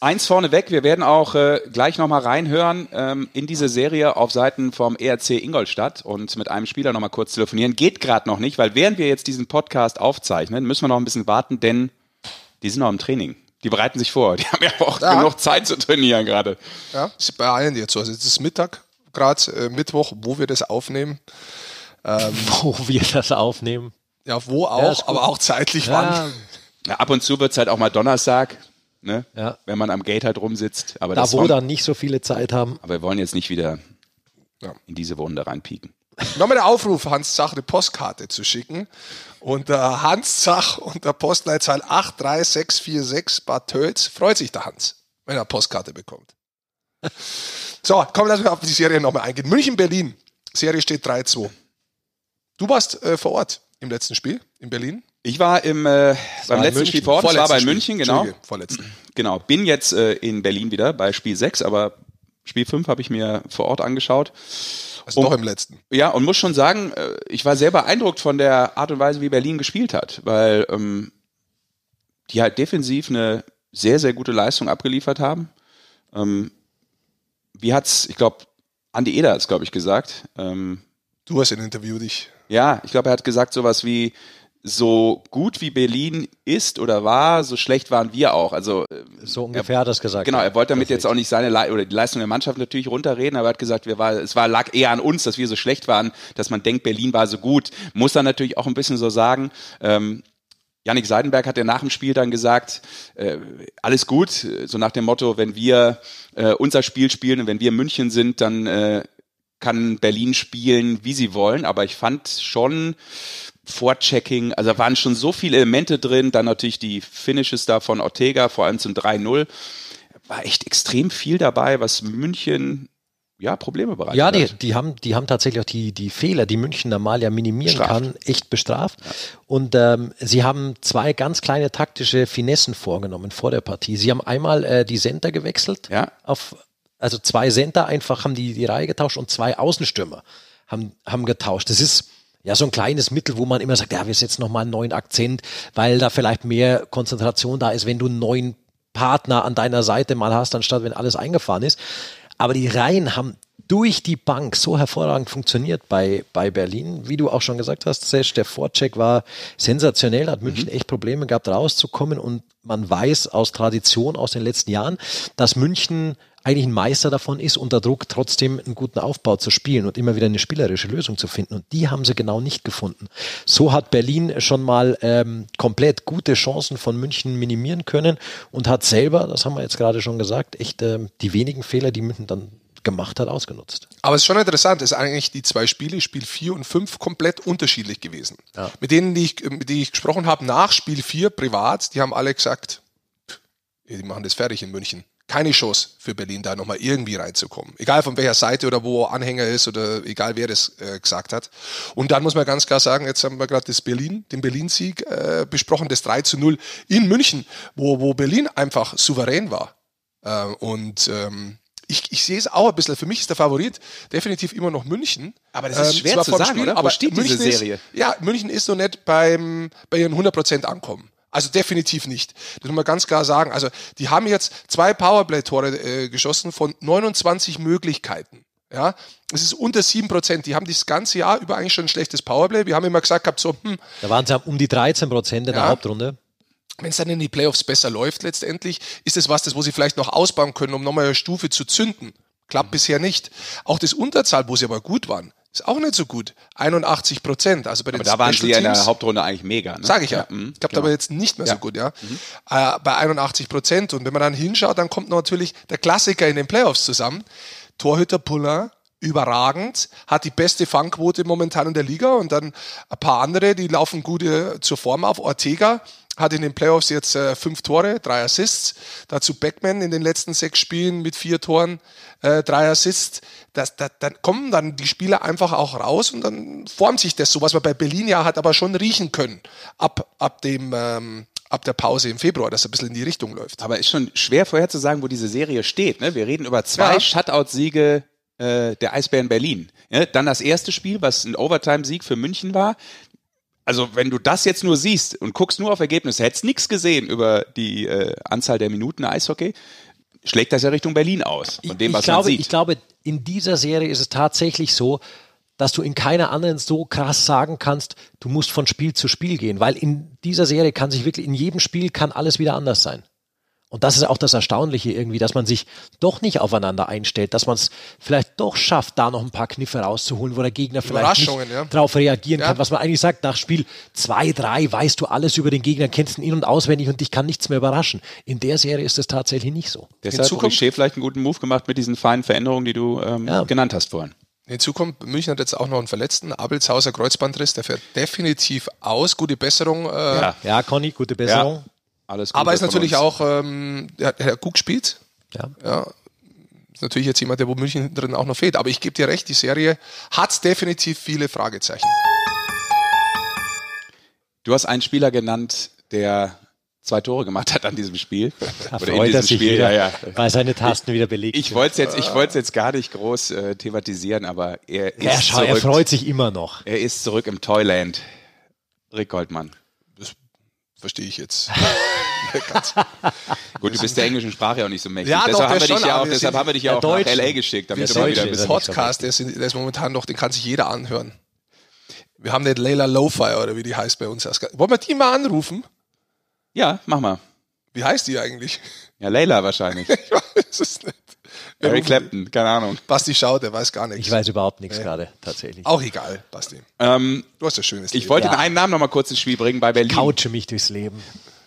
Eins vorneweg, wir werden auch gleich nochmal reinhören in diese Serie auf Seiten vom ERC Ingolstadt und mit einem Spieler nochmal kurz telefonieren. Geht gerade noch nicht, weil während wir jetzt diesen Podcast aufzeichnen, müssen wir noch ein bisschen warten, denn die sind noch im Training. Die bereiten sich vor. Die haben ja auch genug Zeit zu trainieren gerade. Ja, ist bei allen jetzt so. Also es ist Mittag, gerade Mittwoch, wo wir das aufnehmen. Wo wir das aufnehmen. Ja, wo auch, aber auch zeitlich wann. Ja, ab und zu wird es halt auch mal Donnerstag, ne? Ja. Wenn man am Gate halt rumsitzt. Aber da, wo dann nicht so viele Zeit haben. Aber wir wollen jetzt nicht wieder in diese Wunde reinpieken. Nochmal der Aufruf, Hans Zach eine Postkarte zu schicken. Unter Hans Zach unter Postleitzahl 83646 Bad Tölz freut sich der Hans, wenn er eine Postkarte bekommt. So, komm, lass uns auf die Serie nochmal eingehen. München-Berlin. Serie steht 3-2. Du warst vor Ort im letzten Spiel in Berlin. Ich war beim letzten Spiel vor Ort, das war bei München, genau. Vorletzten. Genau, bin jetzt in Berlin wieder bei Spiel 6, aber Spiel 5 habe ich mir vor Ort angeschaut. Also doch im letzten. Ja, und muss schon sagen, ich war sehr beeindruckt von der Art und Weise, wie Berlin gespielt hat, weil die halt defensiv eine sehr, sehr gute Leistung abgeliefert haben. Ich glaube, Andi Eder hat es, glaube ich, gesagt. Du hast ihn interviewt, ich. Ja, ich glaube, er hat gesagt sowas wie, so gut wie Berlin ist oder war, so schlecht waren wir auch. Also so ungefähr hat er es gesagt. Genau, er wollte damit jetzt auch nicht oder die Leistung der Mannschaft natürlich runterreden, aber er hat gesagt, lag eher an uns, dass wir so schlecht waren, dass man denkt, Berlin war so gut. Muss dann natürlich auch ein bisschen so sagen. Jannik Seidenberg hat ja nach dem Spiel dann gesagt, alles gut, so nach dem Motto, wenn wir unser Spiel spielen und wenn wir München sind, dann kann Berlin spielen, wie sie wollen. Aber ich fand schon Vorchecking, also da waren schon so viele Elemente drin, dann natürlich die Finishes da von Ortega, vor allem zum 3-0, war echt extrem viel dabei, was München Probleme bereitet hat. Die haben tatsächlich auch die Fehler, die München normal ja minimieren kann, echt bestraft. Ja. Und sie haben 2 ganz kleine taktische Finessen vorgenommen vor der Partie. Sie haben einmal die Center gewechselt, also 2 Center einfach haben die Reihe getauscht und 2 Außenstürmer haben getauscht. Das ist ja so ein kleines Mittel, wo man immer sagt, wir setzen nochmal einen neuen Akzent, weil da vielleicht mehr Konzentration da ist, wenn du einen neuen Partner an deiner Seite mal hast, anstatt wenn alles eingefahren ist. Aber die Reihen haben durch die Bank so hervorragend funktioniert bei Berlin. Wie du auch schon gesagt hast, Sesh, der Vorcheck war sensationell, hat München echt Probleme gehabt, rauszukommen. Und man weiß aus Tradition aus den letzten Jahren, dass München eigentlich ein Meister davon ist, unter Druck trotzdem einen guten Aufbau zu spielen und immer wieder eine spielerische Lösung zu finden. Und die haben sie genau nicht gefunden. So hat Berlin schon mal komplett gute Chancen von München minimieren können und hat selber, das haben wir jetzt gerade schon gesagt, echt die wenigen Fehler, die München dann gemacht hat, ausgenutzt. Aber es ist schon interessant, es ist eigentlich die 2 Spiele, Spiel 4 und 5, komplett unterschiedlich gewesen. Ja. Mit denen, die ich gesprochen habe, nach Spiel 4 privat, die haben alle gesagt, die machen das fertig in München. Keine Chance für Berlin, da nochmal irgendwie reinzukommen. Egal von welcher Seite oder wo Anhänger ist oder egal wer das gesagt hat. Und dann muss man ganz klar sagen, jetzt haben wir gerade den Berlin-Sieg besprochen, das 3-0 in München, wo Berlin einfach souverän war. Ich sehe es auch ein bisschen. Für mich ist der Favorit definitiv immer noch München. Aber das ist schwer zu sagen, Spiel, oder? Aber steht diese Serie? München ist so nicht bei ihren 100% ankommen. Also definitiv nicht. Das muss man ganz klar sagen. Also die haben jetzt 2 Powerplay-Tore geschossen von 29 Möglichkeiten. Ja, es ist unter 7%. Die haben das ganze Jahr über eigentlich schon ein schlechtes Powerplay. Wir haben immer gesagt gehabt, da waren sie um die 13% in der Hauptrunde. Wenn es dann in die Playoffs besser läuft letztendlich, ist es wo sie vielleicht noch ausbauen können, um nochmal eine Stufe zu zünden. Klappt bisher nicht. Auch das Unterzahl, wo sie aber gut waren, ist auch nicht so gut. 81%. Also bei den aber da waren sie ja in der Hauptrunde eigentlich mega. Ne? Sag ich ja. Ich glaube, aber jetzt nicht mehr so gut, ja. Bei 81%. Und wenn man dann hinschaut, dann kommt natürlich der Klassiker in den Playoffs zusammen. Torhüter Poulain, überragend, hat die beste Fangquote momentan in der Liga und dann ein paar andere, die laufen gut zur Form auf. Ortega hat in den Playoffs jetzt 5 Tore, 3 Assists. Dazu Beckman in den letzten 6 Spielen mit 4 Toren, 3 Assists. Dann kommen dann die Spieler einfach auch raus und dann formt sich das so, was man bei Berlin ja hat aber schon riechen können ab der Pause im Februar, dass es ein bisschen in die Richtung läuft. Aber ist schon schwer vorherzusagen, wo diese Serie steht. Ne? Wir reden über 2 Shutout-Siege der Eisbären Berlin. Ja? Dann das erste Spiel, was ein Overtime-Sieg für München war. Also wenn du das jetzt nur siehst und guckst nur auf Ergebnisse, hättest nichts gesehen über die Anzahl der Minuten Eishockey, schlägt das ja Richtung Berlin aus. Von dem, was man sieht. Ich glaube, in dieser Serie ist es tatsächlich so, dass du in keiner anderen so krass sagen kannst, du musst von Spiel zu Spiel gehen, weil in dieser Serie kann sich wirklich, in jedem Spiel kann alles wieder anders sein. Und das ist auch das Erstaunliche irgendwie, dass man sich doch nicht aufeinander einstellt, dass man es vielleicht doch schafft, da noch ein paar Kniffe rauszuholen, wo der Gegner vielleicht nicht drauf reagieren kann, was man eigentlich sagt, nach Spiel 2, 3 weißt du alles über den Gegner, kennst ihn in- und auswendig und dich kann nichts mehr überraschen. In der Serie ist es tatsächlich nicht so. Deshalb hat Richer vielleicht einen guten Move gemacht mit diesen feinen Veränderungen, die du genannt hast vorhin. Hinzu kommt, München hat jetzt auch noch einen Verletzten, Abelshauser Kreuzbandriss, der fährt definitiv aus. Gute Besserung. Ja, Conny, gute Besserung. Ja. Alles Gute. Aber ist natürlich auch, der gut spielt. Ja. Ist natürlich jetzt jemand, der wo München drin auch noch fehlt. Aber ich gebe dir recht, die Serie hat definitiv viele Fragezeichen. Du hast einen Spieler genannt, der 2 Tore gemacht hat an diesem Spiel. Oder in diesem Spiel, wieder, weil seine Tasten wieder belegt sind. Ich wollte es jetzt gar nicht groß thematisieren, aber er ist zurück. Er freut sich immer noch. Er ist zurück im Toyland. Rick Goldmann. Das verstehe ich jetzt. Gut, du bist der englischen Sprache auch nicht so mächtig. Ja, deshalb doch, haben wir dich ja auch nach LA geschickt. Damit du wieder ein Podcast, der ist momentan noch, den kann sich jeder anhören. Wir haben nicht Layla Lo-Fi oder wie die heißt bei uns. Wollen wir die mal anrufen? Ja, mach mal. Wie heißt die eigentlich? Ja, Layla wahrscheinlich. Ich weiß es nicht. Eric Clapton, keine Ahnung. Basti schaut, der weiß gar nichts. Ich weiß überhaupt nichts gerade, tatsächlich. Auch egal, Basti. Du hast ja schönes Leben. Ich wollte den einen Namen noch mal kurz ins Spiel bringen bei Berlin. Couche mich durchs Leben.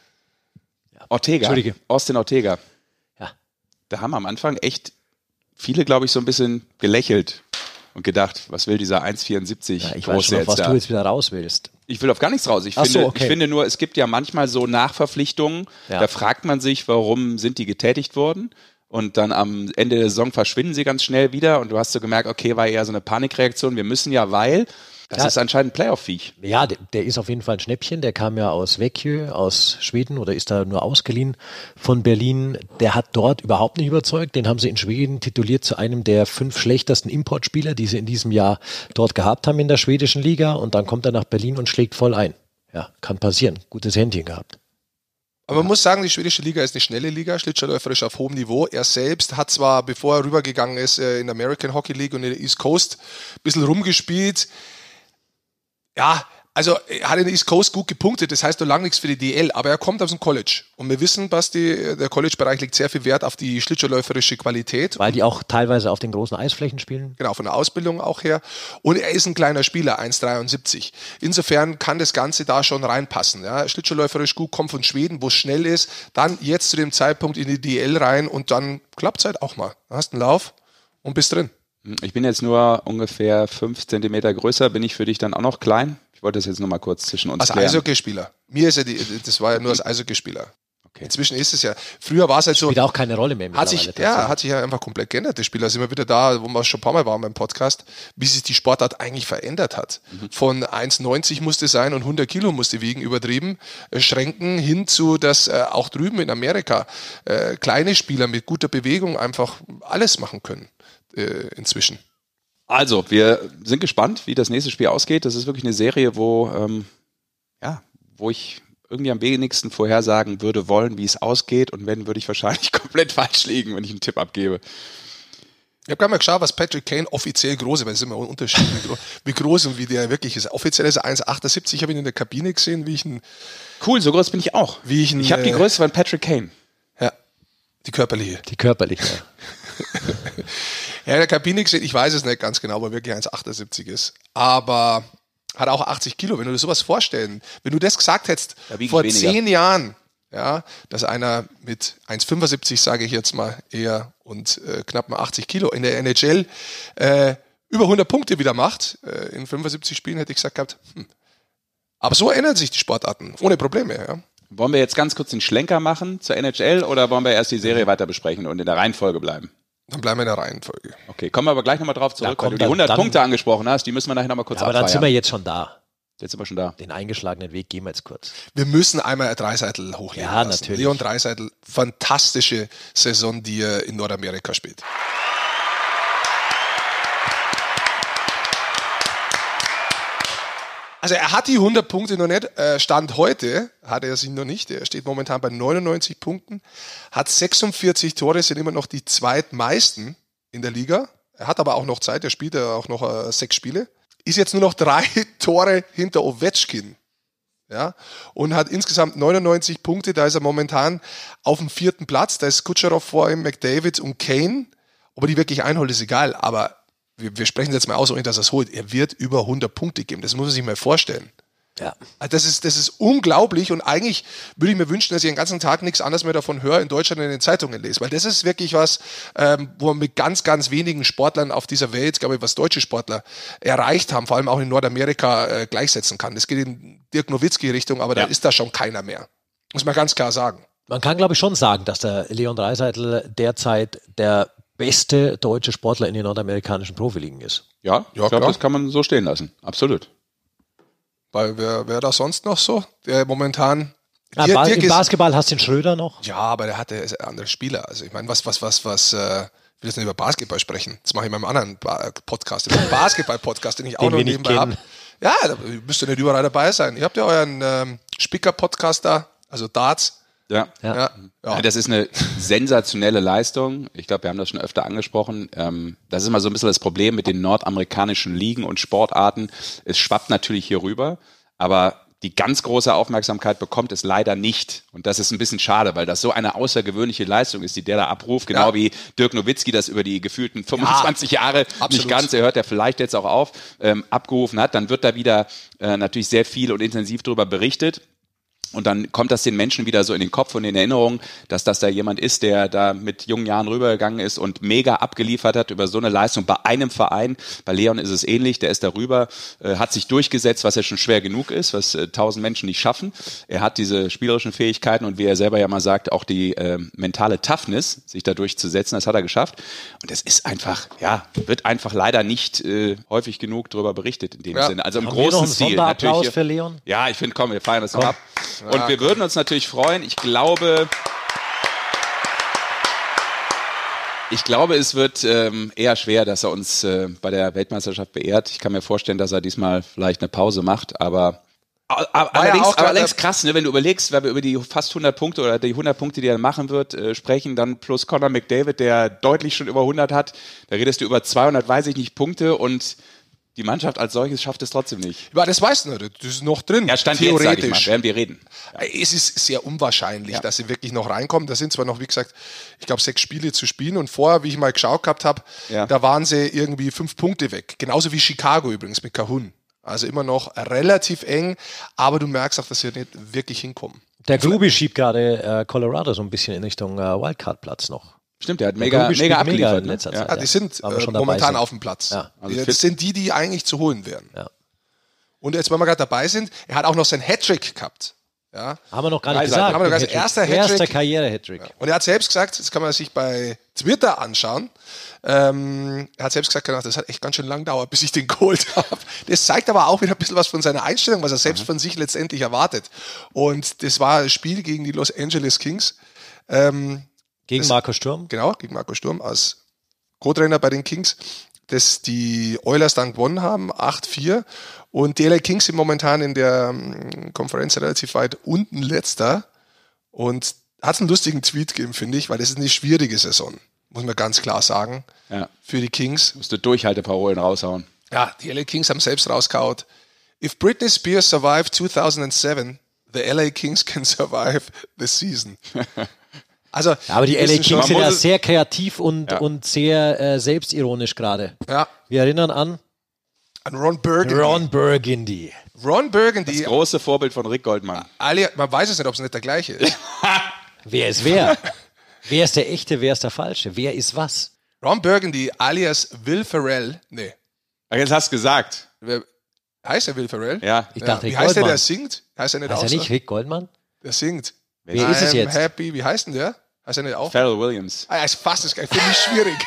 Ortega. Austin Ortega. Ja. Da haben am Anfang echt viele, glaube ich, so ein bisschen gelächelt und gedacht, was will dieser 1,74 ja, ich weiß schon, auf was du jetzt wieder raus willst. Ich will auf gar nichts raus. Ich finde nur, es gibt ja manchmal so Nachverpflichtungen, da fragt man sich, warum sind die getätigt worden? Und dann am Ende der Saison verschwinden sie ganz schnell wieder und du hast so gemerkt, okay, war eher so eine Panikreaktion. Wir müssen ja, weil das ist anscheinend ein Playoff-Viech. Ja, der ist auf jeden Fall ein Schnäppchen. Der kam ja aus Växjö, aus Schweden oder ist da nur ausgeliehen von Berlin. Der hat dort überhaupt nicht überzeugt. Den haben sie in Schweden tituliert zu einem der 5 schlechtesten Importspieler, die sie in diesem Jahr dort gehabt haben in der schwedischen Liga. Und dann kommt er nach Berlin und schlägt voll ein. Ja, kann passieren. Gutes Händchen gehabt. Aber man muss sagen, die schwedische Liga ist eine schnelle Liga, schlittschuhläuferisch auf hohem Niveau. Er selbst hat zwar, bevor er rübergegangen ist, in der American Hockey League und in der East Coast ein bisschen rumgespielt. Ja, also er hat in der East Coast gut gepunktet, das heißt noch lange nichts für die DL, aber er kommt aus dem College. Und wir wissen, Basti, der College-Bereich legt sehr viel Wert auf die schlittschuhläuferische Qualität. Weil die auch teilweise auf den großen Eisflächen spielen. Genau, von der Ausbildung auch her. Und er ist ein kleiner Spieler, 1,73. Insofern kann das Ganze da schon reinpassen. Ja. Schlittschuhläuferisch gut, kommt von Schweden, wo es schnell ist. Dann jetzt zu dem Zeitpunkt in die DL rein und dann klappt es halt auch mal. Du hast einen Lauf und bist drin. Ich bin jetzt nur ungefähr 5 Zentimeter größer. Bin ich für dich dann auch noch klein? Ich wollte das jetzt noch mal kurz zwischen uns klären. Als Eishockeyspieler. Mir ist das war ja nur als Eishockeyspieler. Okay. Inzwischen ist es ja. Früher war es halt so. Spielt auch keine Rolle mehr. Hat sich ja einfach komplett geändert. Das Spiel, da sind wir wieder da, wo wir schon ein paar Mal waren beim Podcast, wie sich die Sportart eigentlich verändert hat. Von 1,90 musste sein und 100 Kilo musste wiegen, übertrieben, Schränken hin zu, dass auch drüben in Amerika kleine Spieler mit guter Bewegung einfach alles machen können inzwischen. Also, wir sind gespannt, wie das nächste Spiel ausgeht. Das ist wirklich eine Serie, wo ich irgendwie am wenigsten vorhersagen würde wollen, wie es ausgeht. Und wenn, würde ich wahrscheinlich komplett falsch liegen, wenn ich einen Tipp abgebe. Ich habe gerade mal geschaut, was Patrick Kane offiziell groß ist, weil es ist immer ein Unterschied, wie groß und wie der wirklich ist. Offiziell ist er 1,78. Ich habe ihn in der Kabine gesehen, wie ich ihn... Cool, so groß bin ich auch. Ich habe die Größe von Patrick Kane. Ja, die körperliche. Ja, in der Kabine gesehen, ich weiß es nicht ganz genau, weil er wirklich 1,78 ist. Aber hat auch 80 Kilo. Wenn du dir sowas vorstellen, wenn du das gesagt hättest vor 10 Jahren, ja, dass einer mit 1,75, sage ich jetzt mal eher, und knapp mal 80 Kilo in der NHL über 100 Punkte wieder macht, in 75 Spielen hätte ich gesagt gehabt, Aber so ändern sich die Sportarten, ohne Probleme. Ja. Wollen wir jetzt ganz kurz den Schlenker machen zur NHL oder wollen wir erst die Serie weiter besprechen und in der Reihenfolge bleiben? Dann bleiben wir in der Reihenfolge. Okay, kommen wir aber gleich nochmal drauf zurück, weil du die 100 Punkte angesprochen hast, die müssen wir nachher nochmal kurz abfeiern. Aber dann sind wir jetzt schon da. Jetzt sind wir schon da. Den eingeschlagenen Weg gehen wir jetzt kurz. Wir müssen einmal Dreiseitel hochleben lassen. Natürlich. Leon Dreiseitel, fantastische Saison, die er in Nordamerika spielt. Also er hat die 100 Punkte noch nicht. Stand heute hat er sie noch nicht. Er steht momentan bei 99 Punkten, hat 46 Tore, sind immer noch die zweitmeisten in der Liga. Er hat aber auch noch Zeit, er spielt ja auch noch 6 Spiele. Ist jetzt nur noch 3 Tore hinter Ovechkin. Ja, und hat insgesamt 99 Punkte. Da ist er momentan auf dem 4. Platz. Da ist Kucherov vor ihm, McDavid und Kane. Ob er die wirklich einholt, ist egal. Aber wir sprechen jetzt mal aus, ohne dass er es holt. Er wird über 100 Punkte geben. Das muss man sich mal vorstellen. Ja. Das ist unglaublich und eigentlich würde ich mir wünschen, dass ich den ganzen Tag nichts anderes mehr davon höre, in Deutschland in den Zeitungen lese, weil das ist wirklich was, wo man mit ganz, ganz wenigen Sportlern auf dieser Welt, glaube ich, was deutsche Sportler erreicht haben, vor allem auch in Nordamerika gleichsetzen kann. Das geht in Dirk Nowitzki-Richtung, aber da ist da schon keiner mehr. Muss man ganz klar sagen. Man kann, glaube ich, schon sagen, dass der Leon Draisaitl derzeit der beste deutsche Sportler in den nordamerikanischen Profiligen ist. Ja, ich glaube, das kann man so stehen lassen. Absolut. Weil wer da sonst noch so? Der momentan. Im Basketball hast du den Schröder noch. Ja, aber der hatte andere Spieler. Also ich meine, was ich will jetzt nicht über Basketball sprechen. Das mache ich in meinem anderen Podcast, über Basketball-Podcast, den ich auch noch nebenbei habe. Ja, da müsst ihr nicht überall dabei sein. Ihr habt ja euren Spicker-Podcast da, also Darts. Ja. Das ist eine sensationelle Leistung. Ich glaube, wir haben das schon öfter angesprochen. Das ist immer so ein bisschen das Problem mit den nordamerikanischen Ligen und Sportarten. Es schwappt natürlich hier rüber, aber die ganz große Aufmerksamkeit bekommt es leider nicht. Und das ist ein bisschen schade, weil das so eine außergewöhnliche Leistung ist, die der da abruft. Genau wie Dirk Nowitzki das über die gefühlten 25 Jahre, nicht ganz, er hört ja vielleicht jetzt auch auf, abgerufen hat. Dann wird da wieder natürlich sehr viel und intensiv darüber berichtet. Und dann kommt das den Menschen wieder so in den Kopf und in Erinnerung, dass das da jemand ist, der da mit jungen Jahren rübergegangen ist und mega abgeliefert hat über so eine Leistung bei einem Verein. Bei Leon ist es ähnlich, der ist darüber, hat sich durchgesetzt, was ja schon schwer genug ist, was 1000 Menschen nicht schaffen. Er hat diese spielerischen Fähigkeiten und wie er selber ja mal sagt, auch die mentale Toughness, sich da durchzusetzen, das hat er geschafft. Und es ist einfach, wird einfach leider nicht häufig genug darüber berichtet in dem Sinne. Also im großen Stil. Applaus für Leon? Ja, ich finde, komm, wir feiern das noch ab. Und wir würden uns natürlich freuen. Ich glaube, es wird eher schwer, dass er uns bei der Weltmeisterschaft beehrt. Ich kann mir vorstellen, dass er diesmal vielleicht eine Pause macht, aber allerdings krass, ne, wenn du überlegst, weil wir über die fast 100 Punkte oder die 100 Punkte, die er machen wird, sprechen, dann plus Connor McDavid, der deutlich schon über 100 hat, da redest du über 200, weiß ich nicht, Punkte und die Mannschaft als solches schafft es trotzdem nicht. Ja, das weißt du nicht. Das ist noch drin. Ja, Stand theoretisch. Jetzt, sag ich mal, werden wir reden. Ja. Es ist sehr unwahrscheinlich, dass sie wirklich noch reinkommen. Da sind zwar noch, wie gesagt, ich glaube 6 Spiele zu spielen und vorher, wie ich mal geschaut gehabt habe, da waren sie irgendwie 5 Punkte weg. Genauso wie Chicago übrigens mit Kahun. Also immer noch relativ eng, aber du merkst auch, dass sie nicht wirklich hinkommen. Der Grubi schiebt gerade Colorado so ein bisschen in Richtung Wildcard-Platz noch. Stimmt, der hat mega abgeliefert in letzter Zeit. Ja, die sind momentan auf dem Platz. Ja. Also das sind die eigentlich zu holen wären. Ja. Und jetzt, weil wir gerade dabei sind, er hat auch noch sein Hattrick gehabt. Ja. Haben wir noch gar nicht gesagt. Haben wir noch erster Karriere-Hattrick. Ja. Und er hat selbst gesagt, das kann man sich bei Twitter anschauen, er hat selbst gesagt, das hat echt ganz schön lang gedauert, bis ich den geholt habe. Das zeigt aber auch wieder ein bisschen was von seiner Einstellung, was er selbst von sich letztendlich erwartet. Und das war das Spiel gegen die Los Angeles Kings. Gegen Marco Sturm? Genau, gegen Marco Sturm als Co-Trainer bei den Kings, dass die Oilers dann gewonnen haben, 8-4. Und die LA Kings sind momentan in der Konferenz relativ weit unten letzter. Und hat einen lustigen Tweet gegeben, finde ich, weil das ist eine schwierige Saison, muss man ganz klar sagen, für die Kings. Musst du Durchhalteparolen raushauen. Ja, die LA Kings haben selbst rausgehauen. If Britney Spears survived 2007, the LA Kings can survive the season. Also, aber die LA Kings sind ja sehr kreativ und sehr selbstironisch gerade. Ja. Wir erinnern an Ron Burgundy. Ron Burgundy. Das große Vorbild von Rick Goldman. Man weiß es nicht, ob es nicht der gleiche ist. Wer ist wer? Wer ist der echte, wer ist der falsche? Wer ist was? Ron Burgundy alias Will Ferrell. Nee. Jetzt hast du gesagt. Heißt er Will Ferrell? Ja. Ich dachte, wie heißt der singt? Heißt er nicht auch so? Heißt er nicht Rick Goldman? Der singt. Wer ist es jetzt? Happy. Wie heißt denn der? Heißt er nicht auch? Pharrell Williams. Ist fast das gleiche. Finde ich schwierig.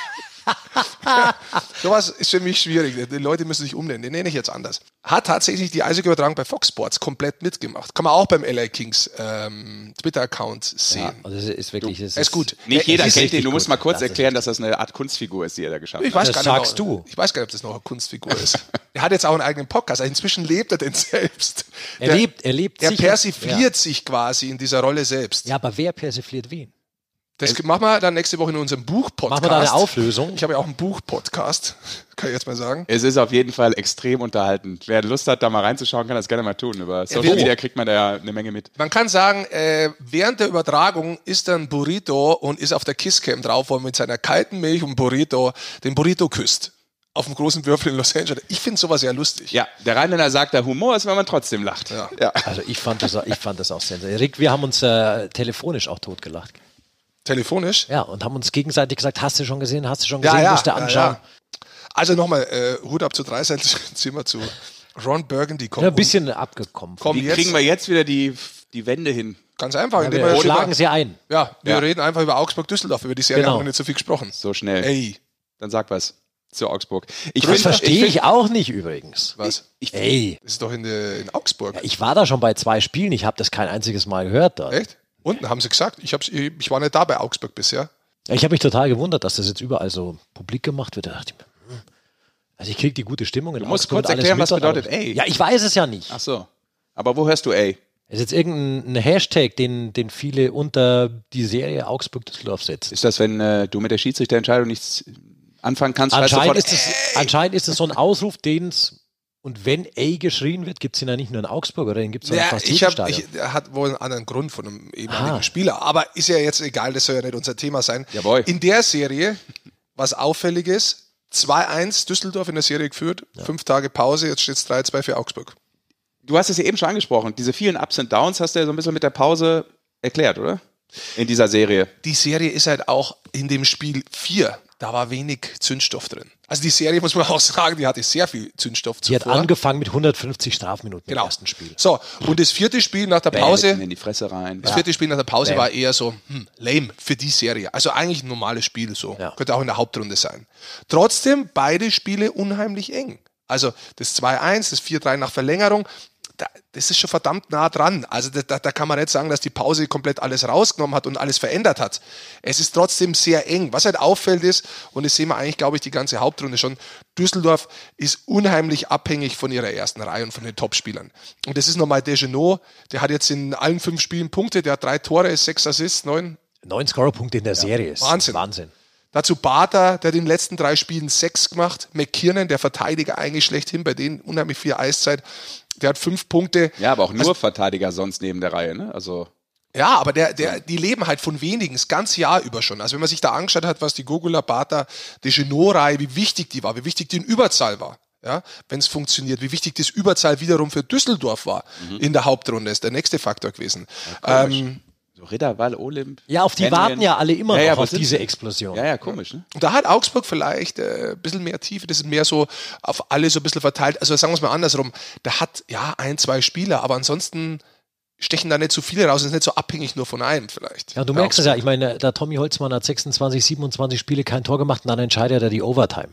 Sowas ist für mich schwierig. Die Leute müssen sich umnennen. Den nenne ich jetzt anders. Hat tatsächlich die Eishockey-Übertragung bei Fox Sports komplett mitgemacht. Kann man auch beim LA Kings Twitter-Account sehen. Ja, also es ist wirklich... Es ist gut. Nicht jeder ist kennt den. Du gut. musst mal kurz Das ist erklären, dass das eine Art Kunstfigur ist, die er da geschaffen Ich hat. weiß Das gar nicht, sagst du. Ich weiß gar nicht, ob das noch eine Kunstfigur ist. Er hat jetzt auch einen eigenen Podcast. Also inzwischen lebt er den selbst. Er lebt Er sicher. persifliert sich quasi in dieser Rolle selbst. Ja, aber wer persifliert wen? Das machen wir dann nächste Woche in unserem Buch-Podcast. Machen wir da eine Auflösung? Ich habe ja auch einen Buch-Podcast, kann ich jetzt mal sagen. Es ist auf jeden Fall extrem unterhaltend. Wer Lust hat, da mal reinzuschauen, kann das gerne mal tun. Über Social Media kriegt man da ja eine Menge mit. Man kann sagen, während der Übertragung ist dann Burrito und ist auf der Kisscam drauf, wo er mit seiner kalten Milch und Burrito den Burrito küsst. Auf dem großen Würfel in Los Angeles. Ich finde sowas ja lustig. Ja, der Rheinländer sagt, der Humor ist, wenn man trotzdem lacht. Ja. Also ich fand das auch sensationell. Rick, wir haben uns telefonisch auch totgelacht. Telefonisch? Ja, und haben uns gegenseitig gesagt, hast du schon gesehen, musst du anschauen. Also nochmal, Hut ab zu 3, ziehen wir zu Ron Burgundy. Ja, ein bisschen abgekommen. Komm, Wie kriegen wir jetzt wieder die Wende hin? Ganz einfach. Ja, wir schlagen sie ein. Ja, wir reden einfach über Augsburg-Düsseldorf. Über die Serie haben wir nicht so viel gesprochen. So schnell. Ey. Dann sag was zu Augsburg. Das verstehe ich auch nicht übrigens. Was? Ey, Das ist doch in Augsburg. ja, ich war da schon bei 2 Spielen, ich habe das kein einziges Mal gehört da. Echt? Unten haben sie gesagt. Ich war nicht da bei Augsburg bisher. Ja, ich habe mich total gewundert, dass das jetzt überall so publik gemacht wird. Da dachte ich mir, also ich kriege die gute Stimmung in Du musst Augsburg kurz und alles erklären, was mit, bedeutet aber- ey. Ja, ich weiß es ja nicht. Ach so. Aber wo hörst du ey? Es ist jetzt irgendein Hashtag, den viele unter die Serie Augsburg-Düsseldorf setzen. Ist das, wenn du mit der Schiedsrichterentscheidung nichts anfangen kannst? Anscheinend ist es so ein Ausruf, den es, und wenn A geschrien wird, gibt es ihn ja nicht nur in Augsburg, oder den gibt es ja fast jedem Stadion. Er hat wohl einen anderen Grund von einem ehemaligen Spieler. Aber ist ja jetzt egal, das soll ja nicht unser Thema sein. Jawohl. In der Serie, was auffällig ist, 2-1 Düsseldorf in der Serie geführt, 5 Tage Pause, jetzt steht es 3-2 für Augsburg. Du hast es ja eben schon angesprochen. Diese vielen Ups und Downs hast du ja so ein bisschen mit der Pause erklärt, oder? In dieser Serie. Die Serie ist halt auch in dem Spiel 4. Da war wenig Zündstoff drin. Also die Serie, muss man auch sagen, die hatte sehr viel Zündstoff Die hat zuvor. angefangen mit 150 Strafminuten im ersten Spiel. So, und das vierte Spiel nach der Pause, In die Fresse rein. das vierte Spiel nach der Pause war eher so lame für die Serie. Also eigentlich ein normales Spiel, so. Ja. Könnte auch in der Hauptrunde sein. Trotzdem beide Spiele unheimlich eng. Also das 2-1, das 4-3 nach Verlängerung, das ist schon verdammt nah dran. Also da kann man nicht sagen, dass die Pause komplett alles rausgenommen hat und alles verändert hat. Es ist trotzdem sehr eng. Was halt auffällt ist, und das sehen wir eigentlich, glaube ich, die ganze Hauptrunde schon, Düsseldorf ist unheimlich abhängig von ihrer ersten Reihe und von den Topspielern. Und das ist nochmal Degenot, der hat jetzt in allen 5 Spielen Punkte, der hat 3 Tore, 6 Assists, 9. 9 Scorerpunkte in der Serie ist Wahnsinn. Dazu Barter, der hat in den letzten 3 Spielen 6 gemacht. McKiernan, der Verteidiger eigentlich schlechthin, bei denen unheimlich viel Eiszeit. Der hat 5 Punkte. Ja, aber auch nur Verteidiger sonst neben der Reihe, ne? Also ja, aber die leben halt von wenigen, das ganze Jahr über schon. Also wenn man sich da angeschaut hat, was die Gogula, Barter, die Genot-Reihe, wie wichtig die war, wie wichtig die in Überzahl war, ja, wenn es funktioniert, wie wichtig das Überzahl wiederum für Düsseldorf war in der Hauptrunde, ist der nächste Faktor gewesen. Ja, so Ritterwall, Olymp. Ja, auf die Henrien. warten ja alle immer Ja, noch wo auf sind diese sie? Explosion. Ja, komisch, ne? Und da hat Augsburg vielleicht ein bisschen mehr Tiefe, das ist mehr so auf alle so ein bisschen verteilt. Also sagen wir es mal andersrum, da hat ja 1, 2 Spieler, aber ansonsten stechen da nicht so viele raus, ist nicht so abhängig nur von einem vielleicht. Ja, du merkst es ja, ich meine, der Tommy Holzmann hat 26, 27 Spiele kein Tor gemacht und dann entscheidet er die Overtime.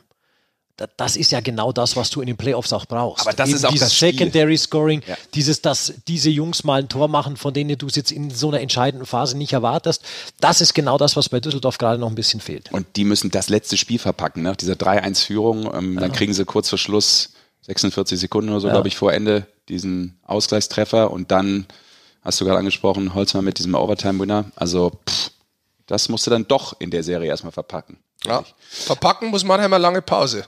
Das ist ja genau das, was du in den Playoffs auch brauchst. Aber das Eben ist auch dieses das Spiel. Secondary Scoring, Ja. dass diese Jungs mal ein Tor machen, von denen du es jetzt in so einer entscheidenden Phase nicht erwartest. Das ist genau das, was bei Düsseldorf gerade noch ein bisschen fehlt. Und die müssen das letzte Spiel verpacken, ne? Diese 3-1-Führung, dann kriegen sie kurz vor Schluss 46 Sekunden oder so, glaube ich, vor Ende diesen Ausgleichstreffer und dann, hast du gerade angesprochen, Holzmann mit diesem Overtime-Winner. Also, das musst du dann doch in der Serie erstmal verpacken. Ja. Verpacken muss Mannheim eine lange Pause.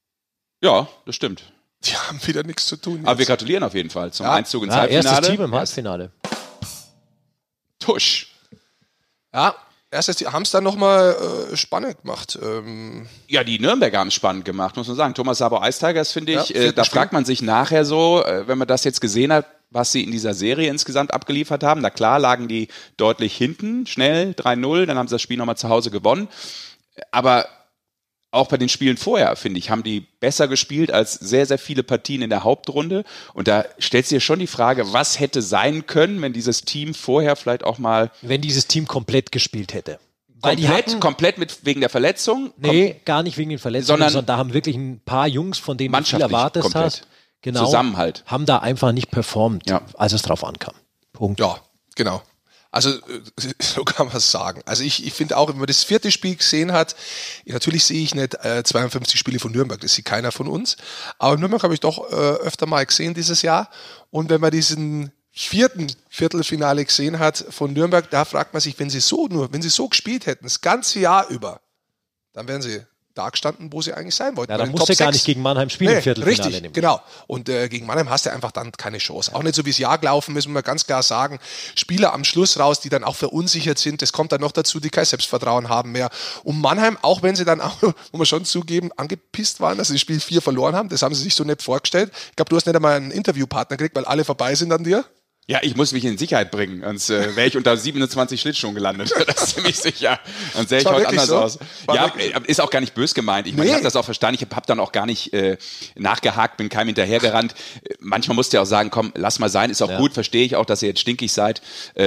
Ja, das stimmt. Die haben wieder nichts zu tun. Aber wir jetzt. gratulieren auf jeden Fall zum Ja. Einzug ins Ja, Halbfinale. erstes Team im Halbfinale. Tusch. Ja, erstes, die haben es dann nochmal spannend gemacht. Ja, die Nürnberger haben es spannend gemacht, muss man sagen. Thomas Sabo-Eistigers, finde ich, Ja, da fragt man sich nachher so, wenn man das jetzt gesehen hat, was sie in dieser Serie insgesamt abgeliefert haben. Na klar, lagen die deutlich hinten, schnell, 3-0, dann haben sie das Spiel nochmal zu Hause gewonnen. Aber auch bei den Spielen vorher, finde ich, haben die besser gespielt als sehr, sehr viele Partien in der Hauptrunde. Und da stellt sich dir schon die Frage, was hätte sein können, wenn dieses Team vorher vielleicht auch mal... Wenn dieses Team komplett gespielt hätte. Komplett wegen der Verletzung? Nee, gar nicht wegen den Verletzungen, sondern da haben wirklich ein paar Jungs, von denen du viel erwartet hast, genau, Zusammenhalt, haben da einfach nicht performt, als es drauf ankam. Punkt. Ja, genau. Also so kann man es sagen. Also ich finde auch, wenn man das 4. Spiel gesehen hat, natürlich sehe ich nicht 52 Spiele von Nürnberg, das sieht keiner von uns, aber Nürnberg habe ich doch öfter mal gesehen dieses Jahr, und wenn man diesen 4. Viertelfinale gesehen hat von Nürnberg, da fragt man sich, wenn sie so gespielt hätten, das ganze Jahr über, dann wären sie da gestanden, wo sie eigentlich sein wollten. Ja, dann musst du gar nicht gegen Mannheim spielen im Viertelfinale. Richtig, genau. Und gegen Mannheim hast du einfach dann keine Chance. Auch nicht so wie es Jahr gelaufen, müssen wir ganz klar sagen. Spieler am Schluss raus, die dann auch verunsichert sind. Das kommt dann noch dazu, die kein Selbstvertrauen haben mehr. Und Mannheim, auch wenn sie dann auch, muss man schon zugeben, angepisst waren, dass sie das Spiel 4 verloren haben, das haben sie sich so nicht vorgestellt. Ich glaube, du hast nicht einmal einen Interviewpartner gekriegt, weil alle vorbei sind an dir. Ja, ich muss mich in Sicherheit bringen, sonst wäre ich unter 27 Schlittschuhen gelandet. Das ist ziemlich sicher. Dann sähe ich heute anders aus. Ja, ist auch gar nicht bös gemeint. Ich meine, ich habe das auch verstanden. Ich habe dann auch gar nicht nachgehakt, bin keinem hinterhergerannt. Manchmal musst du ja auch sagen, komm, lass mal sein, ist auch gut, verstehe ich auch, dass ihr jetzt stinkig seid.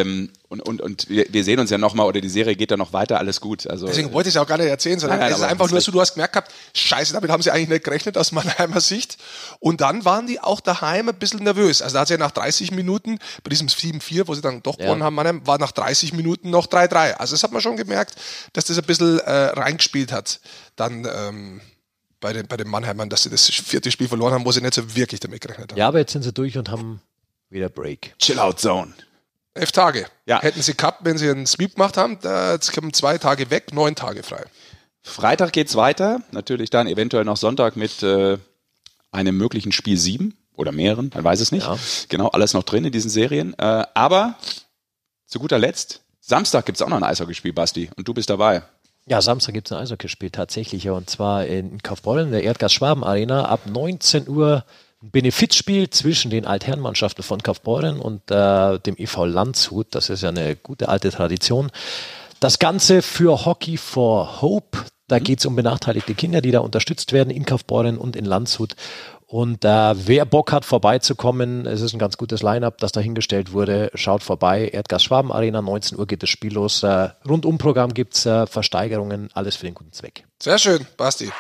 Und wir sehen uns ja nochmal, oder die Serie geht dann noch weiter, alles gut. Also, deswegen wollte ich es auch gar nicht erzählen, sondern es ist einfach nur so, du hast gemerkt gehabt, scheiße, damit haben sie eigentlich nicht gerechnet aus Mannheimer Sicht. Und dann waren die auch daheim ein bisschen nervös. Also da hat sie ja nach 30 Minuten, bei diesem 7-4, wo sie dann doch gewonnen haben, Mannheim, war nach 30 Minuten noch 3-3. Also das hat man schon gemerkt, dass das ein bisschen reingespielt hat. Dann bei den Mannheimern, dass sie das 4. Spiel verloren haben, wo sie nicht so wirklich damit gerechnet haben. Ja, aber jetzt sind sie durch und haben wieder Break. Chill-Out-Zone. 11 Tage. Ja. Hätten sie gehabt, wenn sie einen Sweep gemacht haben, jetzt kommen 2 Tage weg, 9 Tage frei. Freitag geht's weiter. Natürlich dann eventuell noch Sonntag mit einem möglichen Spiel 7 oder mehreren, man weiß es nicht. Ja. Genau, alles noch drin in diesen Serien. Aber zu guter Letzt, Samstag gibt's auch noch ein Eishockeyspiel, Basti. Und du bist dabei. Ja, Samstag gibt es ein Eishockeyspiel tatsächlich. Und zwar in Kaufbeuren, in der Erdgas-Schwaben-Arena, ab 19 Uhr. Ein Benefizspiel zwischen den Altherrenmannschaften von Kaufbeuren und dem EV Landshut. Das ist ja eine gute alte Tradition. Das Ganze für Hockey for Hope. Da geht es um benachteiligte Kinder, die da unterstützt werden in Kaufbeuren und in Landshut. Und wer Bock hat, vorbeizukommen, es ist ein ganz gutes Line-Up, das dahingestellt wurde. Schaut vorbei, Erdgas-Schwaben-Arena, 19 Uhr geht das Spiel los. Rundumprogramm gibt es, Versteigerungen, alles für den guten Zweck. Sehr schön, Basti.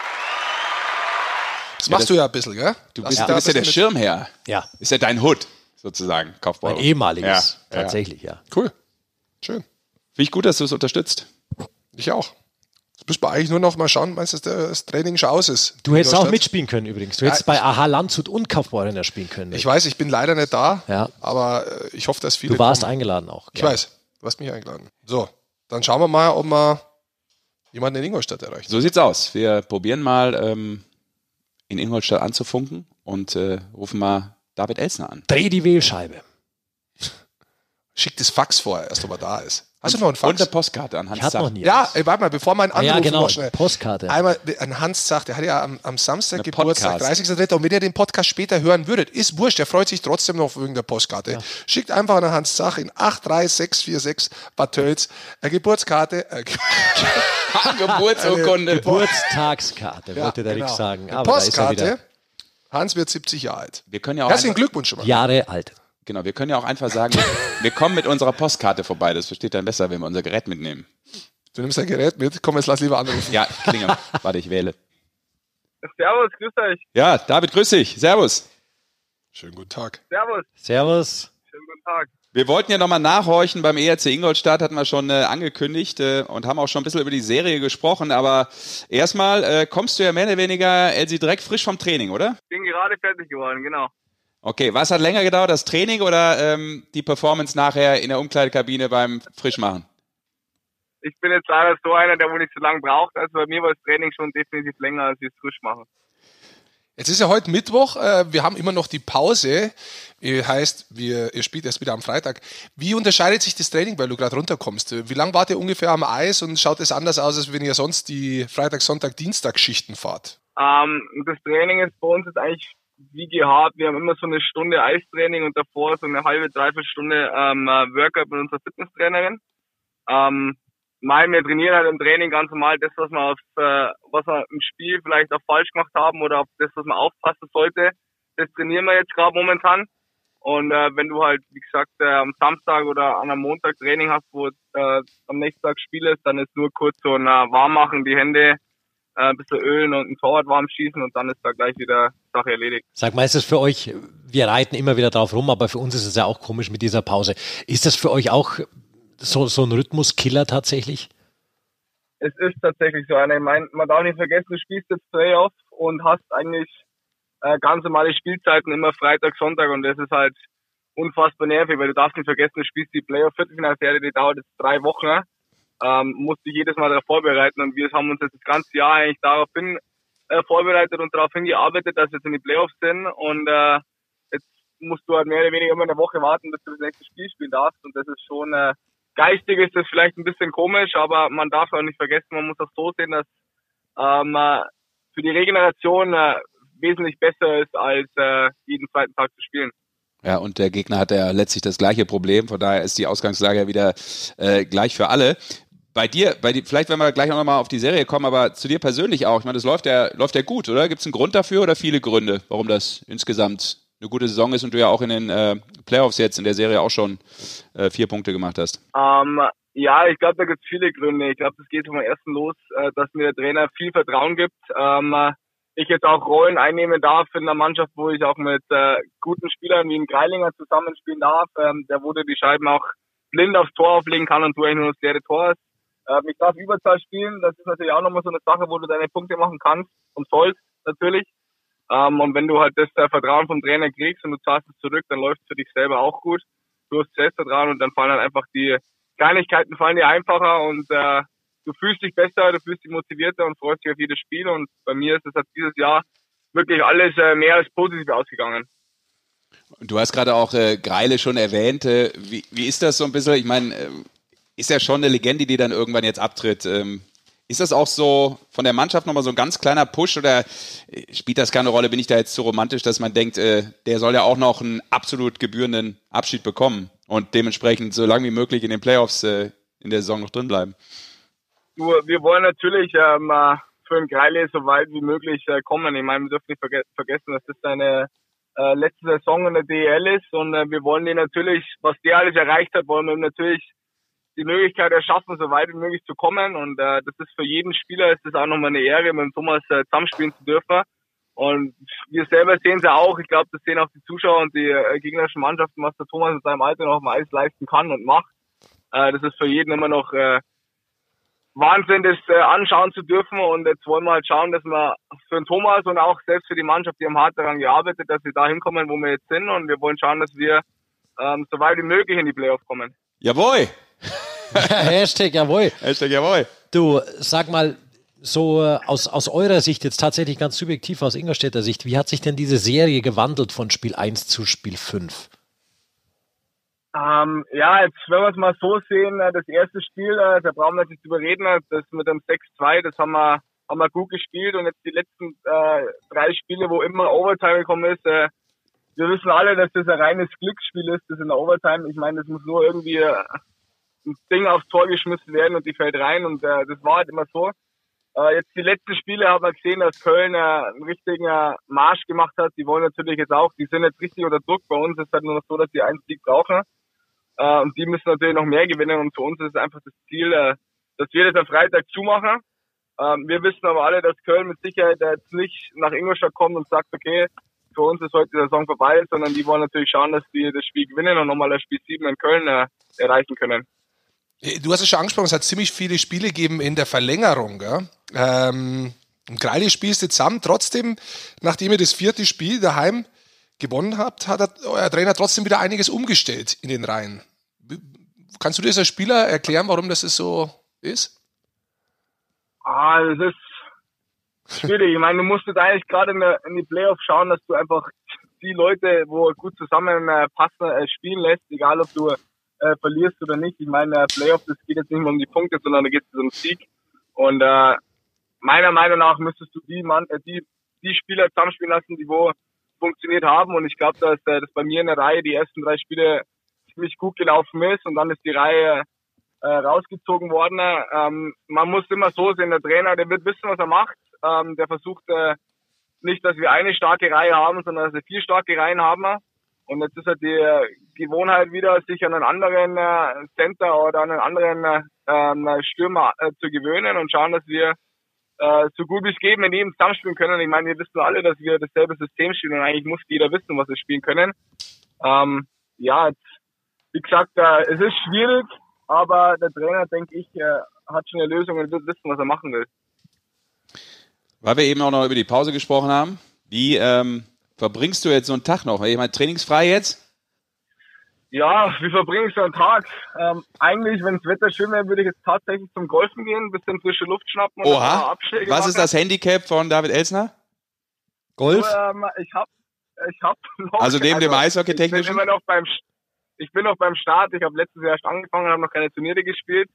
Das machst du ja ein bisschen, gell? Du bist ja der Schirmherr. Ja. Ist ja dein Hood, sozusagen, Kaufbeuren. Ein ehemaliges, tatsächlich, ja. Cool. Schön. Finde ich gut, dass du es unterstützt. Ich auch. Jetzt müssen wir eigentlich nur noch mal schauen, meinst du, dass das Training schon aus ist? Du hättest auch mitspielen können übrigens. Du hättest bei AHA Landshut und Kaufbeuren spielen können. Ich weiß, ich bin leider nicht da, aber ich hoffe, dass viele Du warst kommen. Eingeladen auch. Ich weiß, du hast mich eingeladen. So, dann schauen wir mal, ob wir jemanden in Ingolstadt erreichen. So sieht's aus. Wir probieren mal in Ingolstadt anzufunken und rufen mal David Elsner an. Dreh die Wählscheibe. Schick das Fax vorher, erst ob er da ist. Hast du noch einen Fax? Und eine Postkarte an Hans Zach. Zach. Ja, warte mal, bevor mein Anruf genau, schnell. Postkarte. Einmal an Hans Zach, der hat ja am Samstag Eine Geburtstag, Podcast. 30.03. Und wenn ihr den Podcast später hören würdet, ist wurscht, der freut sich trotzdem noch wegen der Postkarte. Ja. Schickt einfach an Hans Zach in 83646 Bad Tölz eine Geburtskarte. Geburtsurkunde. Geburtstagskarte, wollte der Rick sagen. Eine Aber Postkarte. Da ist er wieder. Hans wird 70 Jahre alt. Wir können ja auch Herzlichen Glückwunsch schon mal. Jahre alt. Genau, wir können ja auch einfach sagen, wir kommen mit unserer Postkarte vorbei. Das versteht dann besser, wenn wir unser Gerät mitnehmen. Du nimmst dein Gerät mit, komm, jetzt lass lieber anrufen. Ja, klingel. Warte, ich wähle. Servus, grüß euch. Ja, David, grüß dich. Servus. Schönen guten Tag. Servus. Servus. Schönen guten Tag. Wir wollten ja nochmal nachhorchen beim ERC Ingolstadt, hatten wir schon angekündigt und haben auch schon ein bisschen über die Serie gesprochen, aber erstmal kommst du ja mehr oder weniger, Elsie, direkt frisch vom Training, oder? Bin gerade fertig geworden, genau. Okay, was hat länger gedauert, das Training oder die Performance nachher in der Umkleidekabine beim Frischmachen? Ich bin jetzt leider so einer, der wohl nicht so lange braucht, also bei mir war das Training schon definitiv länger, als ich es frisch mache. Jetzt ist ja heute Mittwoch, wir haben immer noch die Pause, heißt, ihr spielt erst wieder am Freitag. Wie unterscheidet sich das Training, weil du gerade runterkommst? Wie lange wart ihr ungefähr am Eis und schaut es anders aus, als wenn ihr sonst die Freitag, Sonntag, Dienstag Schichten fahrt? Das Training ist bei uns jetzt eigentlich wie gehabt. Wir haben immer so eine Stunde Eistraining und davor so eine halbe, dreiviertel Stunde Workout mit unserer Fitnesstrainerin. Wir trainieren halt im Training ganz normal das, was wir im Spiel vielleicht auch falsch gemacht haben oder auf das, was man aufpassen sollte. Das trainieren wir jetzt gerade momentan. Und wenn du halt, wie gesagt, am Samstag oder an einem Montag Training hast, wo am nächsten Tag Spiel ist, dann ist nur kurz so ein Warmmachen, die Hände ein bisschen ölen und ein Torwart warm schießen und dann ist da gleich wieder Sache erledigt. Sag mal, ist es für euch, wir reiten immer wieder drauf rum, aber für uns ist es ja auch komisch mit dieser Pause. Ist das für euch auch so ein Rhythmuskiller tatsächlich? Es ist tatsächlich so einer. Ich meine, man darf nicht vergessen, du spielst jetzt Playoff und hast eigentlich ganz normale Spielzeiten, immer Freitag, Sonntag und das ist halt unfassbar nervig, weil du darfst nicht vergessen, du spielst die Playoff-Viertelfinalserie, die dauert jetzt 3 Wochen, musst dich jedes Mal darauf vorbereiten und wir haben uns jetzt das ganze Jahr eigentlich daraufhin vorbereitet und darauf hingearbeitet, dass wir jetzt in die Playoffs sind und jetzt musst du halt mehr oder weniger immer eine Woche warten, bis du das nächste Spiel spielen darfst und das ist schon geistig ist das vielleicht ein bisschen komisch, aber man darf auch nicht vergessen, man muss auch so sehen, dass für die Regeneration wesentlich besser ist, als jeden zweiten Tag zu spielen. Ja, und der Gegner hat ja letztlich das gleiche Problem, von daher ist die Ausgangslage ja wieder gleich für alle. Bei dir, vielleicht werden wir gleich noch mal auf die Serie kommen, aber zu dir persönlich auch. Ich meine, das läuft ja gut, oder? Gibt es einen Grund dafür oder viele Gründe, warum das insgesamt eine gute Saison ist und du ja auch in den Playoffs jetzt in der Serie auch schon 4 Punkte gemacht hast? Ja, ich glaube, da gibt es viele Gründe. Ich glaube, das geht vom ersten los, dass mir der Trainer viel Vertrauen gibt. Ich jetzt auch Rollen einnehmen darf in einer Mannschaft, wo ich auch mit guten Spielern wie ein Greilinger zusammenspielen darf, der wo die Scheiben auch blind aufs Tor auflegen kann und du eigentlich nur das leere Tor hast. Ich darf Überzahl spielen, das ist natürlich auch nochmal so eine Sache, wo du deine Punkte machen kannst und sollst natürlich. Und wenn du halt das Vertrauen vom Trainer kriegst und du zahlst es zurück, dann läuft es für dich selber auch gut. Du hast Selbstvertrauen und dann fallen halt einfach die Kleinigkeiten fallen dir einfacher und du fühlst dich besser, du fühlst dich motivierter und freust dich auf jedes Spiel. Und bei mir ist es halt dieses Jahr wirklich alles mehr als positiv ausgegangen. Du hast gerade auch Greile schon erwähnt. Wie ist das so ein bisschen? Ich meine, ist ja schon eine Legende, die dann irgendwann jetzt abtritt. Ist das auch so von der Mannschaft nochmal so ein ganz kleiner Push oder spielt das keine Rolle? Bin ich da jetzt so romantisch, dass man denkt, der soll ja auch noch einen absolut gebührenden Abschied bekommen und dementsprechend so lange wie möglich in den Playoffs in der Saison noch drin bleiben? Wir wollen natürlich für den Greile so weit wie möglich kommen. Ich meine, wir dürfen nicht vergessen, dass das seine letzte Saison in der DEL ist und wir wollen ihn natürlich, was der alles erreicht hat, wollen wir ihm natürlich die Möglichkeit erschaffen, so weit wie möglich zu kommen und das ist für jeden Spieler ist das auch nochmal eine Ehre, mit dem Thomas zusammenspielen zu dürfen und wir selber sehen es ja auch, ich glaube, das sehen auch die Zuschauer und die gegnerischen Mannschaften, was der Thomas in seinem Alter noch mal alles leisten kann und macht. Das ist für jeden immer noch Wahnsinn, das anschauen zu dürfen und jetzt wollen wir halt schauen, dass wir für den Thomas und auch selbst für die Mannschaft, die haben hart daran gearbeitet, dass wir da hinkommen, wo wir jetzt sind und wir wollen schauen, dass wir so weit wie möglich in die Playoffs kommen. Jawohl! Hashtag jawohl. Hashtag jawohl. Du, sag mal, so aus eurer Sicht, jetzt tatsächlich ganz subjektiv aus Ingolstädter Sicht, wie hat sich denn diese Serie gewandelt von Spiel 1 zu Spiel 5? Ja, jetzt wenn wir es mal so sehen, das erste Spiel, da brauchen wir nicht drüber reden, das mit dem 6-2, das haben wir gut gespielt und jetzt die letzten 3 Spiele, wo immer Overtime gekommen ist, wir wissen alle, dass das ein reines Glücksspiel ist, das in der Overtime, ich meine, das muss nur irgendwie ein Ding aufs Tor geschmissen werden und die fällt rein und das war halt immer so. Jetzt die letzten Spiele haben wir gesehen, dass Köln einen richtigen Marsch gemacht hat, die wollen natürlich jetzt auch, die sind jetzt richtig unter Druck, bei uns ist es halt nur noch so, dass die einen Sieg brauchen. Und die müssen natürlich noch mehr gewinnen und für uns ist es einfach das Ziel, dass wir das am Freitag zumachen. Wir wissen aber alle, dass Köln mit Sicherheit jetzt nicht nach Ingolstadt kommt und sagt, okay, für uns ist heute die Saison vorbei, sondern die wollen natürlich schauen, dass die das Spiel gewinnen und nochmal das Spiel 7 in Köln erreichen können. Du hast es schon angesprochen, es hat ziemlich viele Spiele gegeben in der Verlängerung. Gell? Greile spielst du zusammen. Trotzdem, nachdem ihr das 4. Spiel daheim gewonnen habt, hat euer Trainer trotzdem wieder einiges umgestellt in den Reihen. Kannst du dir als Spieler erklären, warum das so ist? Das ist schwierig. Ich meine, du musst jetzt eigentlich gerade in die Playoffs schauen, dass du einfach die Leute, wo gut zusammenpassen, spielen lässt, egal ob du verlierst oder nicht. Ich meine, Playoffs, das geht jetzt nicht mehr um die Punkte, sondern da geht es um Sieg. Und meiner Meinung nach müsstest du die Spieler zusammenspielen lassen, die wo funktioniert haben. Und ich glaube, dass das bei mir in der Reihe die ersten 3 Spiele ziemlich gut gelaufen ist und dann ist die Reihe rausgezogen worden. Man muss immer so sehen, der Trainer, der wird wissen, was er macht. Der versucht nicht, dass wir eine starke Reihe haben, sondern dass wir 4 starke Reihen haben. Und jetzt ist halt die Gewohnheit wieder, sich an einen anderen Center oder an einen anderen Stürmer zu gewöhnen und schauen, dass wir so gut wie es geht mit jedem zusammenspielen können. Ich meine, wir wissen alle, dass wir dasselbe System spielen und eigentlich muss jeder wissen, was wir spielen können. Jetzt, wie gesagt, es ist schwierig, aber der Trainer, denke ich, hat schon eine Lösung und wird wissen, was er machen will. Weil wir eben auch noch über die Pause gesprochen haben, wie verbringst du jetzt so einen Tag noch? Ich meine, trainingsfrei jetzt? Ja, wie verbringe ich so einen Tag? Eigentlich, wenn das Wetter schön wäre, würde ich jetzt tatsächlich zum Golfen gehen, ein bisschen frische Luft schnappen und ein paar Abschläge Was machen. ist das Handicap von David Elsner? Golf? Ich hab noch... Also neben dem Eishockey-technischen? Ich bin noch beim Start. Ich habe letztes Jahr erst angefangen, habe noch keine Turniere gespielt.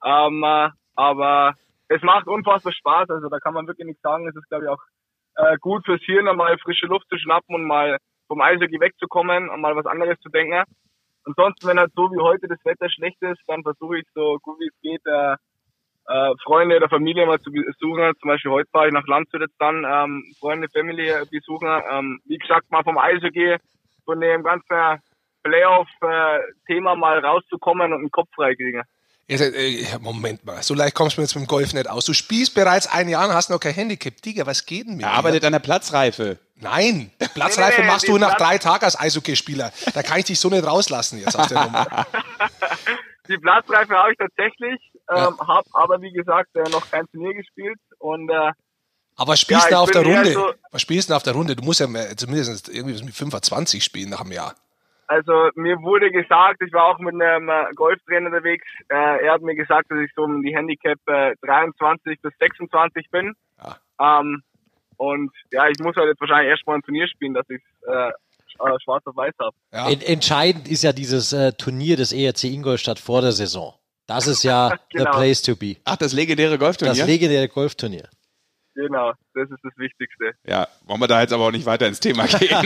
Aber es macht unfassbar Spaß. Also da kann man wirklich nichts sagen. Es ist, glaube ich, auch gut fürs Hirn, mal frische Luft zu schnappen und mal vom Eishockey wegzukommen und mal was anderes zu denken. Ansonsten, wenn halt so wie heute das Wetter schlecht ist, dann versuche ich so gut wie es geht, Freunde oder Familie mal zu besuchen. Zum Beispiel heute fahre ich nach Landshut jetzt dann Freunde, Familie besuchen. Wie gesagt, mal vom Eishockey, von dem ganzen Playoff-Thema mal rauszukommen und den Kopf freikriegen. Moment mal, so leicht kommst du mir jetzt mit dem Golf nicht aus. Du spielst bereits ein Jahr und hast noch kein Handicap. Digga, was geht denn mit dir? Er arbeitet an der Platzreife. Nein, Platzreife machst du nach 3 Tagen als Eishockeyspieler. Da kann ich dich so nicht rauslassen jetzt aus der Nummer. Die Platzreife habe ich tatsächlich, habe aber wie gesagt noch kein Turnier gespielt. Und, aber spielst du auf der Runde? Was spielst du auf der Runde? Du musst ja zumindest irgendwie mit 25 spielen nach einem Jahr. Also mir wurde gesagt, ich war auch mit einem Golftrainer unterwegs, er hat mir gesagt, dass ich so um die Handicap 23 bis 26 bin. Ja. Und ja, ich muss halt jetzt wahrscheinlich erstmal ein Turnier spielen, dass ich schwarz auf weiß habe. Ja. Entscheidend ist ja dieses Turnier des ERC Ingolstadt vor der Saison. Das ist ja genau. The place to be. Ach, das legendäre Golfturnier? Das legendäre Golfturnier. Genau, das ist das Wichtigste. Ja, wollen wir da jetzt aber auch nicht weiter ins Thema gehen.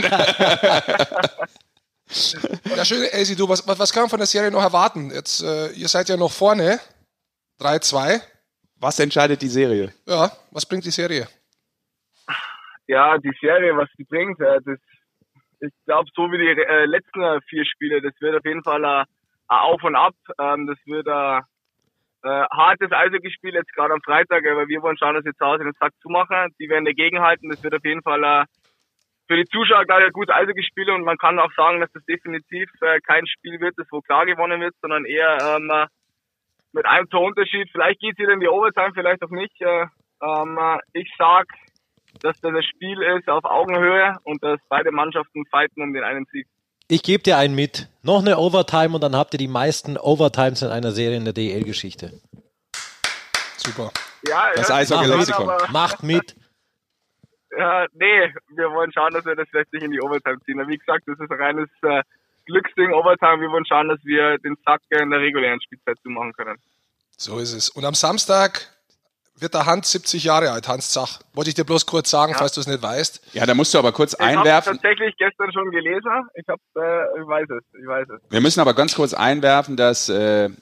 Ja, schön, Elsie, du, was kann man von der Serie noch erwarten? Jetzt, ihr seid ja noch vorne, 3-2. Was entscheidet die Serie? Ja, was bringt die Serie? Ja, die Serie, was die bringt, ich glaube, so wie die letzten 4 Spiele, das wird auf jeden Fall ein Auf und Ab. Das wird ein hartes Eishockey-Spiel jetzt gerade am Freitag, aber wir wollen schauen, dass wir zu Hause den Sack zumachen. Die werden dagegenhalten. Das wird auf jeden Fall für die Zuschauer gleich ein gutes Eishockey-Spiel und man kann auch sagen, dass das definitiv kein Spiel wird, das wo klar gewonnen wird, sondern eher mit einem Torunterschied. Vielleicht geht es wieder in die Overtime, vielleicht auch nicht. Ich sag, dass das ein Spiel ist auf Augenhöhe und dass beide Mannschaften fighten um den einen Sieg. Ich gebe dir einen mit. Noch eine Overtime und dann habt ihr die meisten Overtimes in einer Serie in der DEL-Geschichte. Super. Ja, das Eishockey-Lexikon. Macht mit. Ja, nee, wir wollen schauen, dass wir das vielleicht nicht in die Overtime ziehen. Wie gesagt, das ist ein reines Glücksding, Overtime. Wir wollen schauen, dass wir den Sack in der regulären Spielzeit zumachen können. So ist es. Und am Samstag wird der Hans 70 Jahre alt, Hans Zach. Wollte ich dir bloß kurz sagen, falls du es nicht weißt. Ja, da musst du aber kurz einwerfen. Ich habe tatsächlich gestern schon gelesen. Ich weiß es. Wir müssen aber ganz kurz einwerfen, dass Elsie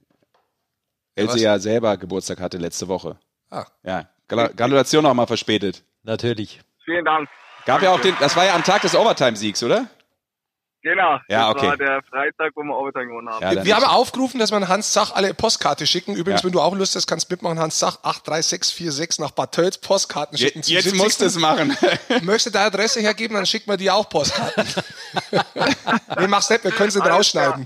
ja selber Geburtstag hatte letzte Woche. Ah. Ja, Gratulation auch mal verspätet. Natürlich. Vielen Dank. Gab ja auch das war ja am Tag des Overtime-Siegs, oder? Genau, ja, das war der Freitag, wo wir Overtime gewonnen haben. Ja, wir haben aufgerufen, dass man Hans Zach alle Postkarte schicken. Übrigens, wenn du auch Lust hast, kannst du mitmachen. Hans Zach 83646 nach Bad Tölz Postkarten schicken. Jetzt musst du es machen. Möchtest du deine Adresse hergeben, dann schicken wir dir auch Postkarten. Nee, mach's nicht, wir können sie rausschneiden.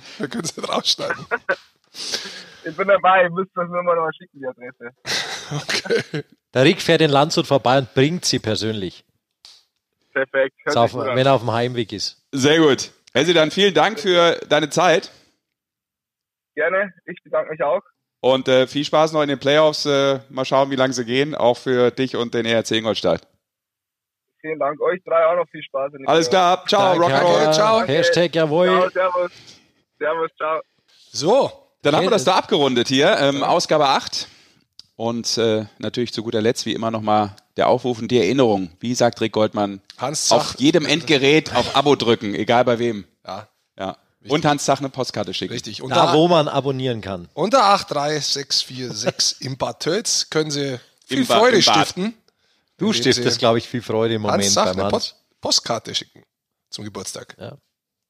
Ich bin dabei, ich müsste das nur mal noch schicken, die Adresse. Okay. Der Rick fährt in Landshut vorbei und bringt sie persönlich. Perfekt. Wenn er auf dem Heimweg ist. Sehr gut. Elsie, dann vielen Dank für deine Zeit. Gerne, ich bedanke mich auch. Und viel Spaß noch in den Playoffs. Mal schauen, wie lange sie gehen, auch für dich und den ERC Ingolstadt. Vielen Dank, euch 3 auch noch viel Spaß. Alles klar, ciao, Rock'n'Roll, ciao. Hashtag jawohl. Ciao, servus, ciao. So. Dann haben wir das da abgerundet hier, Ausgabe 8. Und natürlich zu guter Letzt, wie immer, nochmal der Aufruf und die Erinnerung. Wie sagt Rick Goldmann? Hans Zach. Auf jedem Endgerät auf Abo drücken, egal bei wem. Ja. Und Hans Zach eine Postkarte schicken. Richtig. Und da, wo man abonnieren kann. Unter 83646 im Bad Tölz können Sie viel Freude stiften. Du stiftest, glaube ich, viel Freude im Moment Hans Zach beim Hans. Postkarte schicken zum Geburtstag. Ja.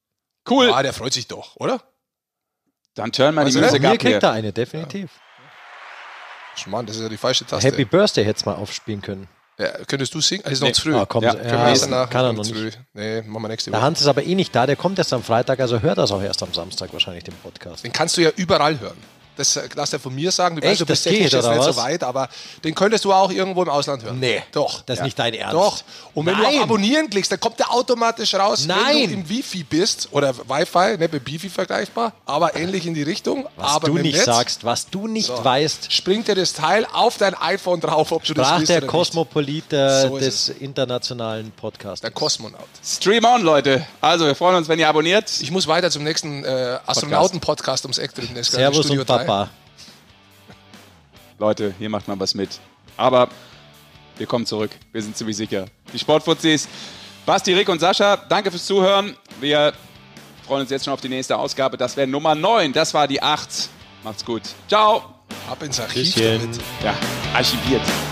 Cool. Ah, der freut sich doch, oder? Dann turn mal die Also Musik ab mir kriegt hier. er eine, definitiv. Mann, das ist ja die falsche Taste. Happy Birthday hätte es mal aufspielen können. Ja, könntest du singen? Also ist noch zu früh. Ah, komm, Ja, Können wir erst danach? kann er noch Zu nicht. früh. Nee, machen wir nächste Der Woche. Hans ist aber eh nicht da, der kommt erst am Freitag, also hört das auch erst am Samstag wahrscheinlich, den Podcast. Den kannst du ja überall hören. Das lass er von mir sagen. Du Echt? weißt, du bist Das geht, technisch jetzt oder nicht was? so weit, aber den könntest du auch irgendwo im Ausland hören. Nee. Doch. Das ist nicht dein Ernst. Doch. Und wenn du Nein. auf Abonnieren klickst, dann kommt der automatisch raus, wenn Nein. du im Wi-Fi bist oder Wi-Fi, nicht mit Bifi vergleichbar, aber ähnlich in die Richtung. Was aber du mit dem nicht Netz sagst, was du nicht weißt, springt dir das Teil auf dein iPhone drauf, ob du das sprach willst der oder nicht. Kosmopolit So ist des internationalen Podcasts. Der Kosmonaut. Stream on, Leute. Also, wir freuen uns, wenn ihr abonniert. Ich muss weiter zum nächsten Astronauten-Podcast ums Eck drücken. Das ist gerade Servus Studio und 3. Papa. Leute, hier macht man was mit. Aber wir kommen zurück. Wir sind ziemlich sicher. Die Sportfuzis, Basti, Rick und Sascha, danke fürs Zuhören. Wir freuen uns jetzt schon auf die nächste Ausgabe. Das wäre Nummer 9. Das war die 8. Macht's gut. Ciao. Ab ins Archiv Tschüsschen. damit. Ja, archiviert.